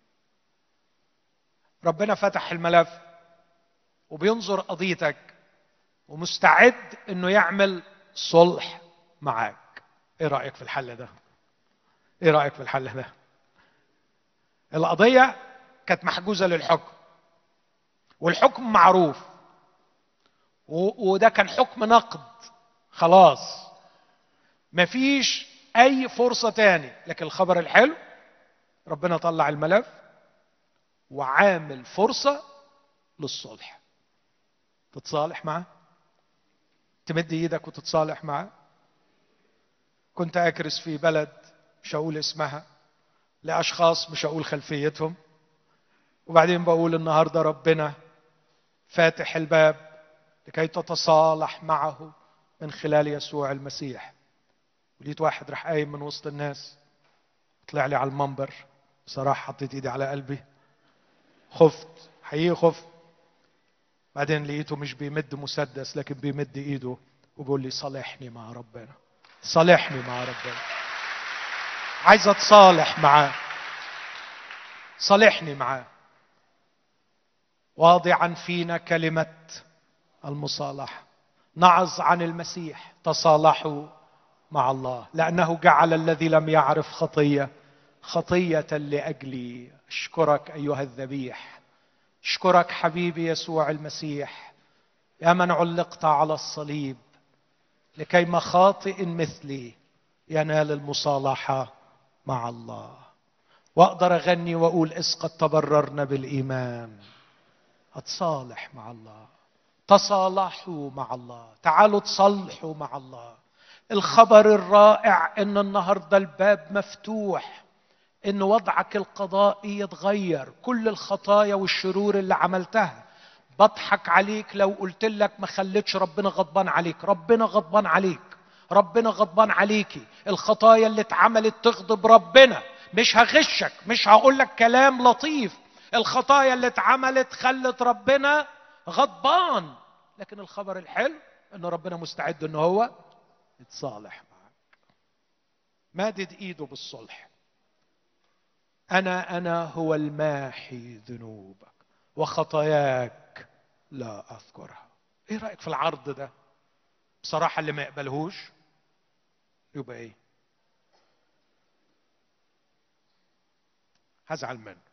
ربنا فتح الملف وبينظر قضيتك ومستعد انه يعمل صلح معاك. ايه رأيك في الحل ده؟ ايه رأيك في الحل ده؟ القضية كانت محجوزة للحكم، والحكم معروف، وده كان حكم نقد خلاص، مفيش اي فرصة تاني. لكن الخبر الحلو، ربنا طلع الملف وعامل فرصة للصلح. تتصالح معه، تمد ايدك وتتصالح معه. كنت اكرس في بلد مش هقول اسمها لاشخاص مش هقول خلفيتهم، وبعدين بقول النهاردة ربنا فاتح الباب لكي تتصالح معه من خلال يسوع المسيح. وليت واحد راح قايم من وسط الناس، طلع لي على المنبر، بصراحة حطيت ايدي على قلبي، خفت حقيقي خفت. بعدين لقيته مش بيمد مسدس لكن بيمد ايده وبيقول لي صالحني مع ربنا، صالحني مع ربنا، عايز اتصالح معاه، صالحني معاه. واضعا فينا كلمة المصالحة. نعظ عن المسيح تصالحوا مع الله لأنه جعل الذي لم يعرف خطية خطية لأجلي. أشكرك أيها الذبيح، أشكرك حبيبي يسوع المسيح، يا من علقت على الصليب لكيما خاطئ مثلي ينال المصالحة مع الله. وأقدر أغني وأقول إذ قد تبررنا بالإيمان أتصالح مع الله. تصالحوا مع الله، تعالوا تصلحوا مع الله. الخبر الرائع إن النهاردة الباب مفتوح، إن وضعك القضائي يتغير. كل الخطايا والشرور اللي عملتها بضحك عليك لو قلت لك ما خليتش ربنا غضبان عليك. ربنا غضبان عليك، ربنا غضبان عليكي. الخطايا اللي اتعملت تغضب ربنا. مش هغشك، مش هقول لك كلام لطيف. الخطايا اللي اتعملت خلت ربنا غضبان، لكن الخبر الحلو ان ربنا مستعد ان هو يتصالح معك. مادد ايده بالصلح. انا انا هو الماحي ذنوبك وخطاياك لا اذكرها. ايه رايك في العرض ده؟ بصراحه اللي ما يقبلهوش يبقى ايه؟ هزعل منه.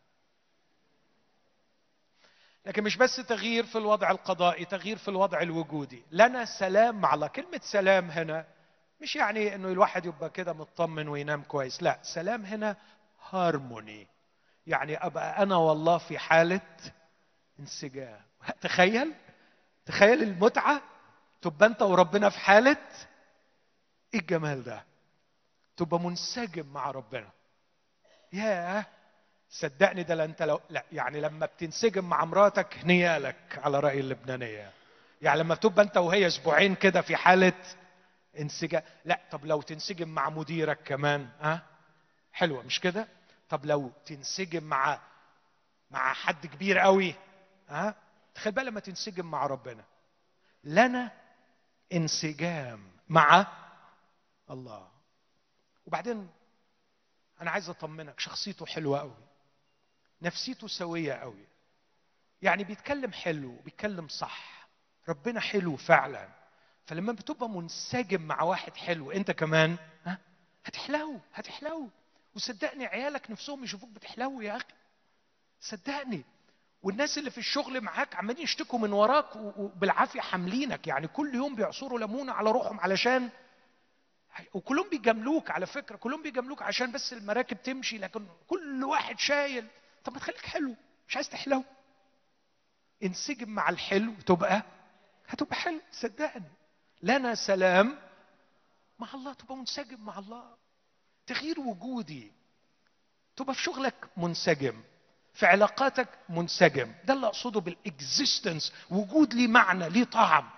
لكن مش بس تغيير في الوضع القضائي، تغيير في الوضع الوجودي. لنا سلام مع الله. كلمة سلام هنا مش يعني انه الواحد يبقى كده مطمن وينام كويس، لا، سلام هنا هارموني، يعني ابقى انا والله في حالة انسجام. تخيل تخيل المتعة، تبقى انت وربنا في حالة ايه الجمال ده، تبقى منسجم مع ربنا. ياه، صدقني ده. لا انت لو لا يعني لما بتنسجم مع مراتك نيالك على رأي اللبنانية، يعني لما بتبقى انت وهي اسبوعين كده في حالة انسجام. لا طب لو تنسجم مع مديرك كمان، ها أه؟ حلوة مش كده؟ طب لو تنسجم مع مع حد كبير قوي، ها أه؟ تخيل بقى لما تنسجم مع ربنا. لنا انسجام مع الله. وبعدين انا عايز اطمنك، شخصيته حلوة قوي، نفسيته سوية قوي، يعني بيتكلم حلو، بيتكلم صح. ربنا حلو فعلا. فلما بتبقى منسجم مع واحد حلو انت كمان، ها هتحلو هتحلو. وصدقني عيالك نفسهم يشوفوك بتحلو يا اخي، صدقني. والناس اللي في الشغل معاك عمالين يشتكوا من وراك وبالعافيه حاملينك، يعني كل يوم بيعصروا ليمونه على روحهم علشان، وكلهم بيجاملوك على فكره، كلهم بيجاملوك عشان بس المراكب تمشي، لكن كل واحد شايل. طب ما تخليك حلو، مش عايز تحلو؟ انسجم مع الحلو تبقى هتبقى حلو، صدقني. لنا سلام مع الله، تبقى منسجم مع الله. تغيير وجودي، تبقى في شغلك منسجم، في علاقاتك منسجم. ده اللي اقصده بالاكزيستنس، وجود ليه معنى، ليه طعم.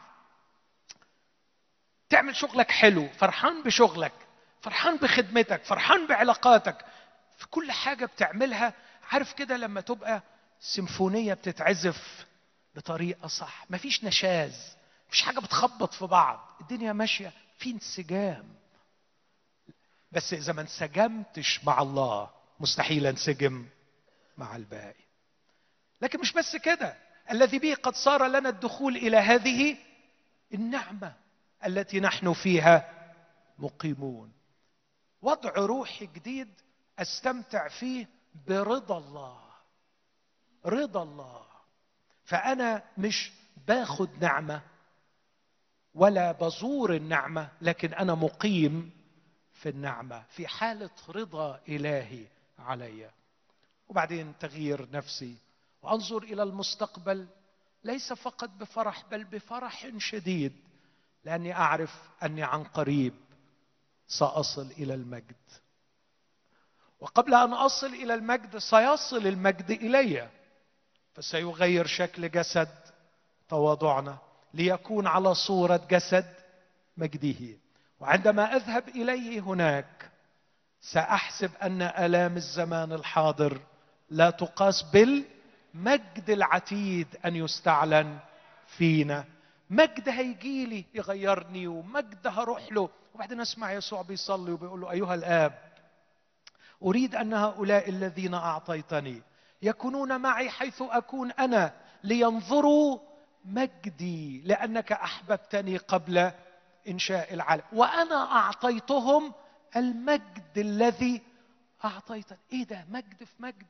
تعمل شغلك حلو، فرحان بشغلك، فرحان بخدمتك، فرحان بعلاقاتك، في كل حاجة بتعملها. عارف كده لما تبقى سيمفونية بتتعزف بطريقة صح، مفيش نشاز، مفيش حاجة بتخبط في بعض، الدنيا ماشية في انسجام. بس إذا ما انسجمتش مع الله مستحيل انسجم مع الباقي. لكن مش بس كده، الذي به قد صار لنا الدخول إلى هذه النعمة التي نحن فيها مقيمون. وضع روحي جديد استمتع فيه برضا الله. رضا الله. فأنا مش باخد نعمة ولا بزور النعمة، لكن أنا مقيم في النعمة، في حالة رضا إلهي علي. وبعدين تغيير نفسي، وأنظر إلى المستقبل ليس فقط بفرح بل بفرح شديد، لأني أعرف أني عن قريب سأصل إلى المجد. وقبل أن أصل إلى المجد سيصل المجد إلي، فسيغير شكل جسد تواضعنا ليكون على صورة جسد مجده. وعندما أذهب إليه هناك سأحسب أن آلام الزمان الحاضر لا تقاس بالمجد العتيد أن يستعلن فينا. مجد هيجيلي يغيرني، ومجد هروح له. وبعدين أسمع يسوع بيصلي وبيقول له: أيها الآب، أريد أن هؤلاء الذين أعطيتني يكونون معي حيث أكون أنا، لينظروا مجدي، لأنك أحببتني قبل إنشاء العالم، وأنا أعطيتهم المجد الذي أعطيتني. إيه ده؟ مجد في مجد.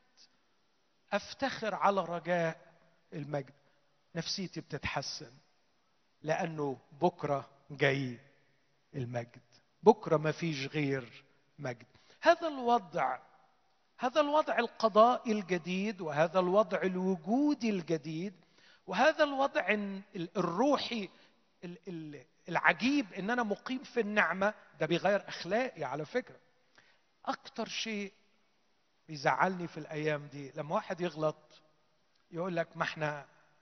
أفتخر على رجاء المجد. نفسيتي بتتحسن لأنه بكرة جاي المجد. بكرة ما فيش غير مجد. هذا الوضع، هذا الوضع القضائي الجديد، وهذا الوضع الوجودي الجديد، وهذا الوضع الروحي العجيب ان انا مقيم في النعمة، ده بيغير اخلاقي على فكرة. اكتر شيء بيزعلني في الايام دي لما واحد يغلط يقول لك ما احنا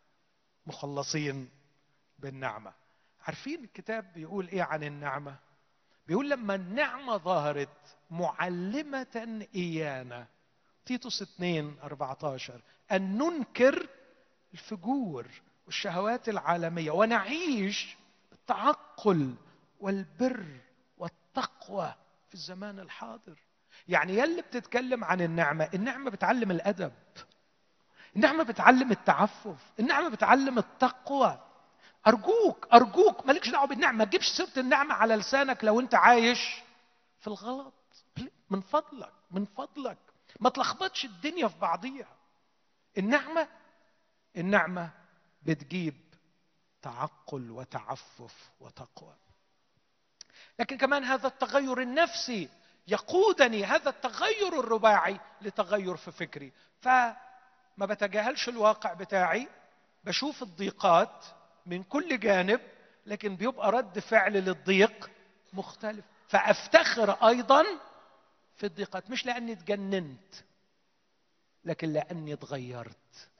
مخلصين بالنعمة. عارفين الكتاب بيقول ايه عن النعمة؟ بيقول لما النعمة ظهرت معلمة ايانا، تيتوس اثنين أربعة عشر، ان ننكر الفجور والشهوات العالمية ونعيش بالتعقل والبر والتقوى في الزمان الحاضر. يعني يلي بتتكلم عن النعمة، النعمة بتعلم الأدب، النعمة بتعلم التعفف، النعمة بتعلم التقوى. أرجوك أرجوك مالكش دعوة بالنعمة، ما تجيبش سيرة النعمة على لسانك لو أنت عايش في الغلط. من فضلك من فضلك ما تلخبطش الدنيا في بعضيها. النعمة النعمة بتجيب تعقل وتعفف وتقوى. لكن كمان هذا التغير النفسي يقودني، هذا التغير الرباعي، لتغير في فكري. فما بتجاهلش الواقع بتاعي، بشوف الضيقات من كل جانب، لكن بيبقى رد فعل للضيق مختلف. فأفتخر أيضا في الضيقات، مش لأني اتجننت، لكن لأني اتغيرت.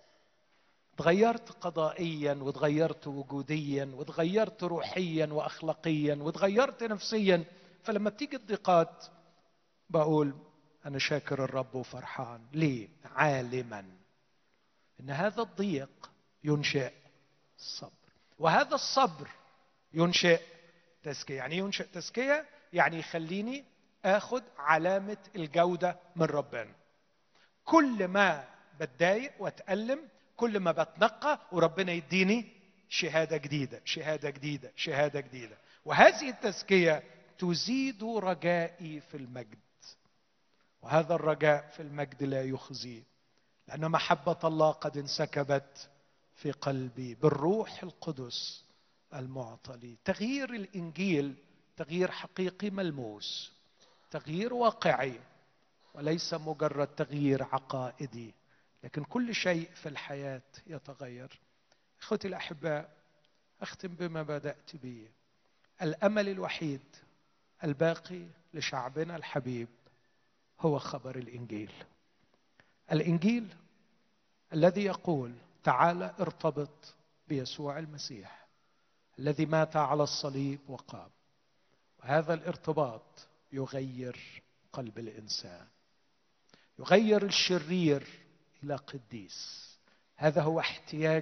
تغيرت قضائيا، وتغيرت وجوديا، وتغيرت روحيا واخلاقيا، وتغيرت نفسيا. فلما بتيجي الضيقات بقول انا شاكر الرب وفرحان. ليه؟ عالما ان هذا الضيق ينشئ الصبر، وهذا الصبر ينشئ تزكية. يعني ينشئ تزكية يعني يخليني اخد علامة الجودة من ربنا. كل ما بتضايق واتألم، كل ما بتنقى، وربنا يديني شهادة جديدة شهادة جديدة شهادة جديدة. وهذه التزكية تزيد رجائي في المجد، وهذا الرجاء في المجد لا يخزي، لأن محبة الله قد انسكبت في قلبي بالروح القدس المعطى لي. تغيير الإنجيل تغيير حقيقي ملموس، تغيير واقعي، وليس مجرد تغيير عقائدي، لكن كل شيء في الحياة يتغير. أخوتي الأحباء، أختم بما بدأت به. الأمل الوحيد الباقي لشعبنا الحبيب هو خبر الإنجيل. الإنجيل الذي يقول تعال ارتبط بيسوع المسيح الذي مات على الصليب وقام. وهذا الارتباط يغير قلب الإنسان، يغير الشرير إلى قديس. هذا هو احتياج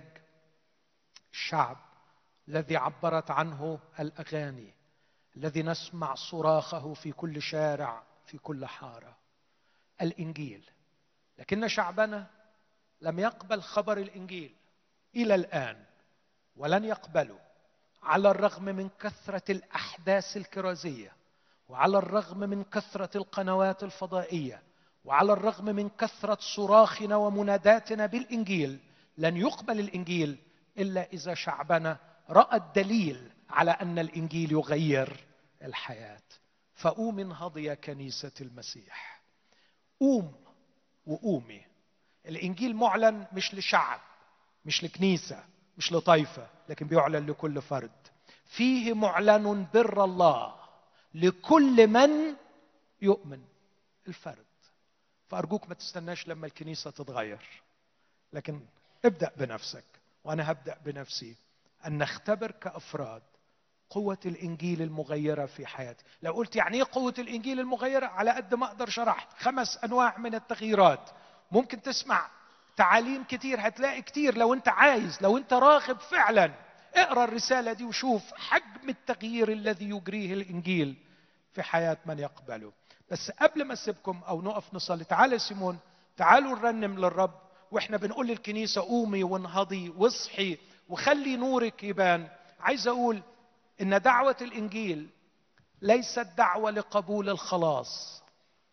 الشعب الذي عبرت عنه الأغاني، الذي نسمع صراخه في كل شارع في كل حارة. الإنجيل. لكن شعبنا لم يقبل خبر الإنجيل إلى الآن، ولن يقبله، على الرغم من كثرة الأحداث الكرازية، وعلى الرغم من كثرة القنوات الفضائية، وعلى الرغم من كثرة صراخنا ومناداتنا بالإنجيل. لن يقبل الإنجيل إلا إذا شعبنا رأى الدليل على أن الإنجيل يغير الحياة. فقوم انهض يا كنيسة المسيح، قوم وقومي. الإنجيل معلن مش لشعب، مش لكنيسة، مش لطائفة، لكن بيعلن لكل فرد. فيه معلن بر الله لكل من يؤمن، الفرد. فأرجوك ما تستناش لما الكنيسة تتغير، لكن ابدأ بنفسك، وأنا هبدأ بنفسي، أن نختبر كأفراد قوة الإنجيل المغيرة في حياتي. لو قلت يعني إيه قوة الإنجيل المغيرة، على قد ما أقدر شرحت خمس أنواع من التغييرات. ممكن تسمع تعاليم كتير، هتلاقي كتير. لو أنت عايز، لو أنت راغب فعلا، اقرأ الرسالة دي وشوف حجم التغيير الذي يجريه الإنجيل في حياة من يقبله. بس قبل ما أسيبكم أو نقف نصلي، تعالوا سيمون، تعالوا نرنم للرب وإحنا بنقول للكنيسة قومي وانهضي واصحي وخلي نورك يبان. عايز أقول إن دعوة الإنجيل ليست دعوة لقبول الخلاص،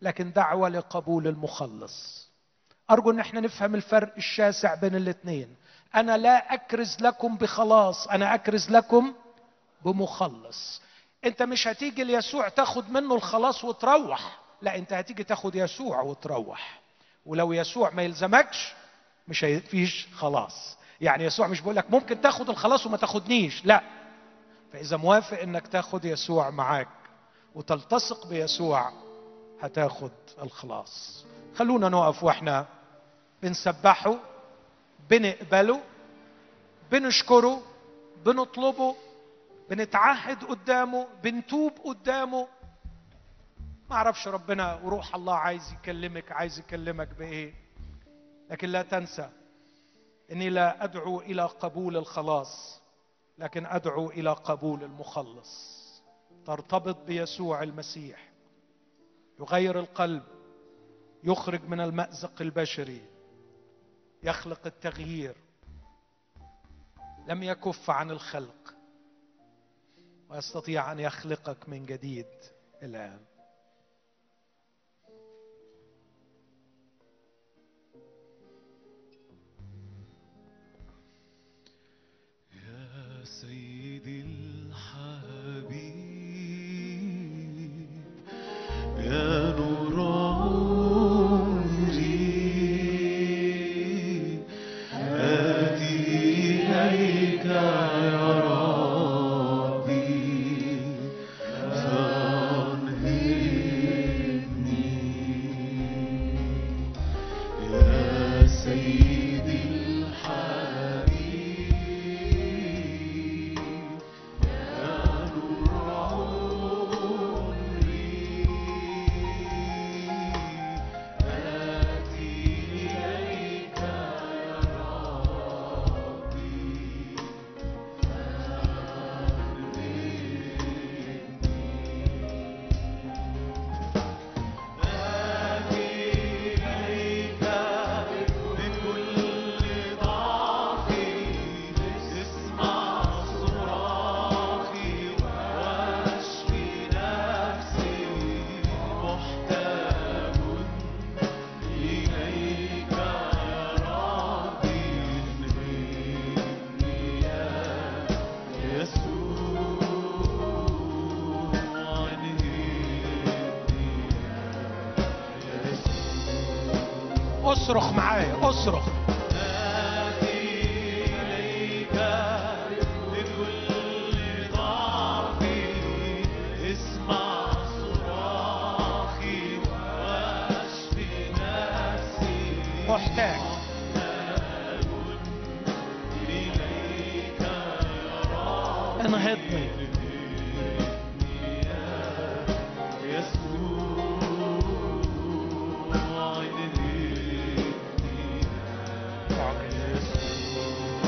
لكن دعوة لقبول المخلص. أرجو أن احنا نفهم الفرق الشاسع بين الاثنين. أنا لا أكرز لكم بخلاص، أنا أكرز لكم بمخلص. أنت مش هتيجي ليسوع تاخد منه الخلاص وتروح، لا، أنت هتيجي تاخد يسوع وتروح. ولو يسوع ما يلزمكش مش هيفيش خلاص. يعني يسوع مش بيقول لك ممكن تاخد الخلاص وما تاخدنيش، لا. فإذا موافق أنك تاخد يسوع معاك وتلتصق بيسوع هتاخد الخلاص. خلونا نقف واحنا بنسبحه، بنقبله، بنشكره، بنطلبه، بنتعهد قدامه، بنتوب قدامه. ما اعرفش ربنا وروح الله عايز يكلمك عايز يكلمك بايه، لكن لا تنسى اني لا ادعو الى قبول الخلاص، لكن ادعو الى قبول المخلص. ترتبط بيسوع المسيح، يغير القلب، يخرج من المأزق البشري، يخلق التغيير، لم يكف عن الخلق ويستطيع أن يخلقك من جديد الآن. يا سيدي الحبيب، يا نور عمري، آتي إليك يا ربي فأنهضني. يا سيدي الحبيب، يا نور عمري، آتي إليك يا ربي آتي إليك بكل ضعفي، اسمع صراخي واشفي نفسي، محتاج إليك يا ربي، انهضني يا يسوع، انهضني يا يسوع. اصرخ معايا، اصرخ. آتي إليك بكل ضعفي، اسمع صراخي واشفي نفسي، محتاج إليك يا رب، انهضني. يا يسوع، انهضني يا يسوع.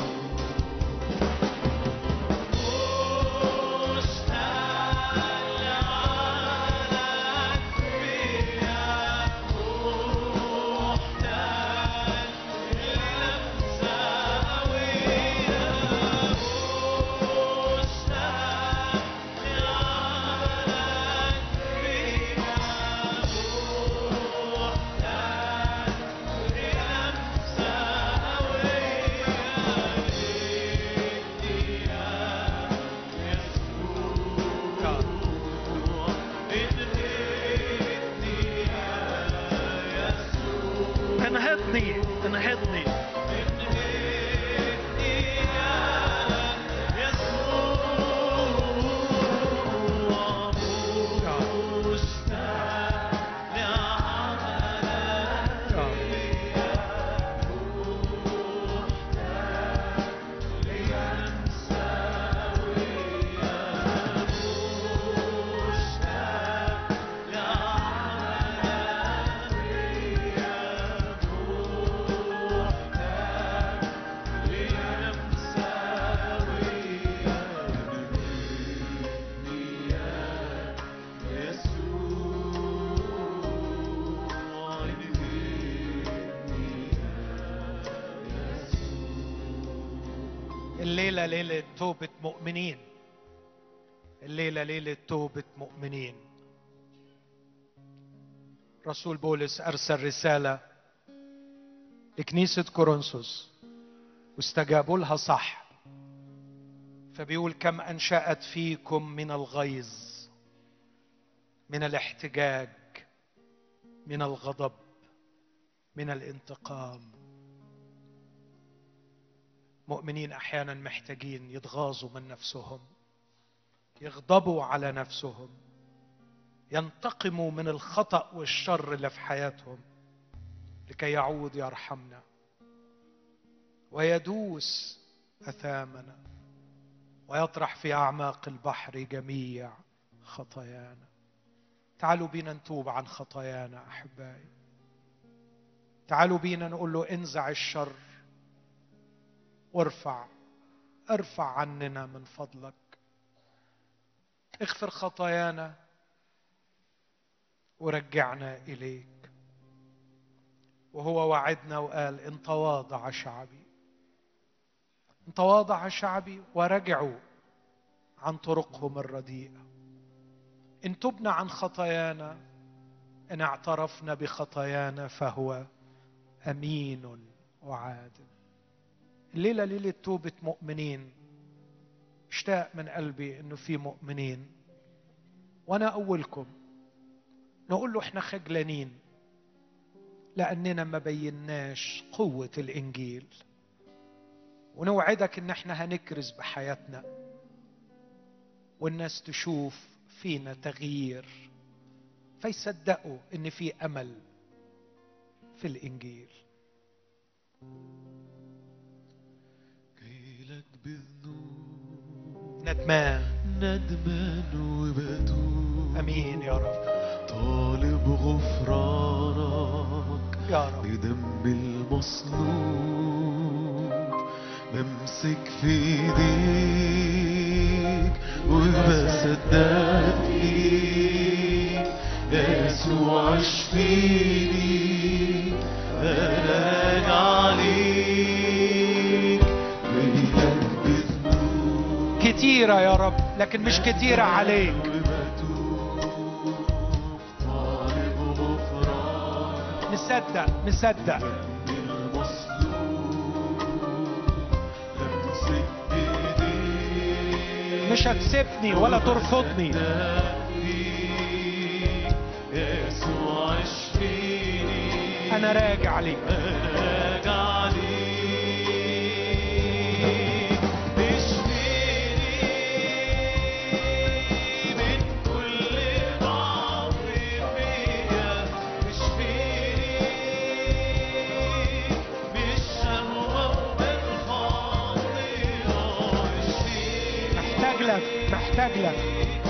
انهضني، انهضني. الليلة ليلة توبة مؤمنين، الليلة ليلة توبة مؤمنين. رسول بولس أرسل رسالة لكنيسة كورنثوس واستجابوا لها صح، فبيقول كم أنشأت فيكم من الغيظ، من الاحتجاج، من الغضب، من الانتقام. مؤمنين أحيانا محتاجين يتغاظوا من نفسهم، يغضبوا على نفسهم، ينتقموا من الخطأ والشر اللي في حياتهم لكي يعود يرحمنا ويدوس أثامنا ويطرح في أعماق البحر جميع خطايانا. تعالوا بينا نتوب عن خطايانا أحبائي. تعالوا بينا نقول له انزع الشر وارفع ارفع عننا من فضلك، اغفر خطايانا ورجعنا إليك. وهو وعدنا وقال إن تواضع شعبي إن تواضع شعبي ورجعوا عن طرقهم الرديئة، إن تبنا عن خطايانا، إن اعترفنا بخطايانا فهو أمين وعادل. الليلة ليلة توبة مؤمنين. اشتاق من قلبي إنه في مؤمنين وأنا أولكم نقول له إحنا خجلانين لأننا ما بيناش قوة الإنجيل، ونوعدك إن إحنا هنكرز بحياتنا والناس تشوف فينا تغيير فيصدقوا إن في أمل في الإنجيل. جايلك بذنوب ندمان ندمان وبتوب، أمين يا رب، طالب غفرانك يا رب. بدم المصلوب، بمسك في ايديك وبصدق فيك، يسوع اشفيني اراجع ليك. جايلك بذنوب كتيرة يا رب لكن مش كتيرة عليك. مصدق مصدق مش هتسيبني ولا ترفضني. أنا راجع ليك. محتاج لك.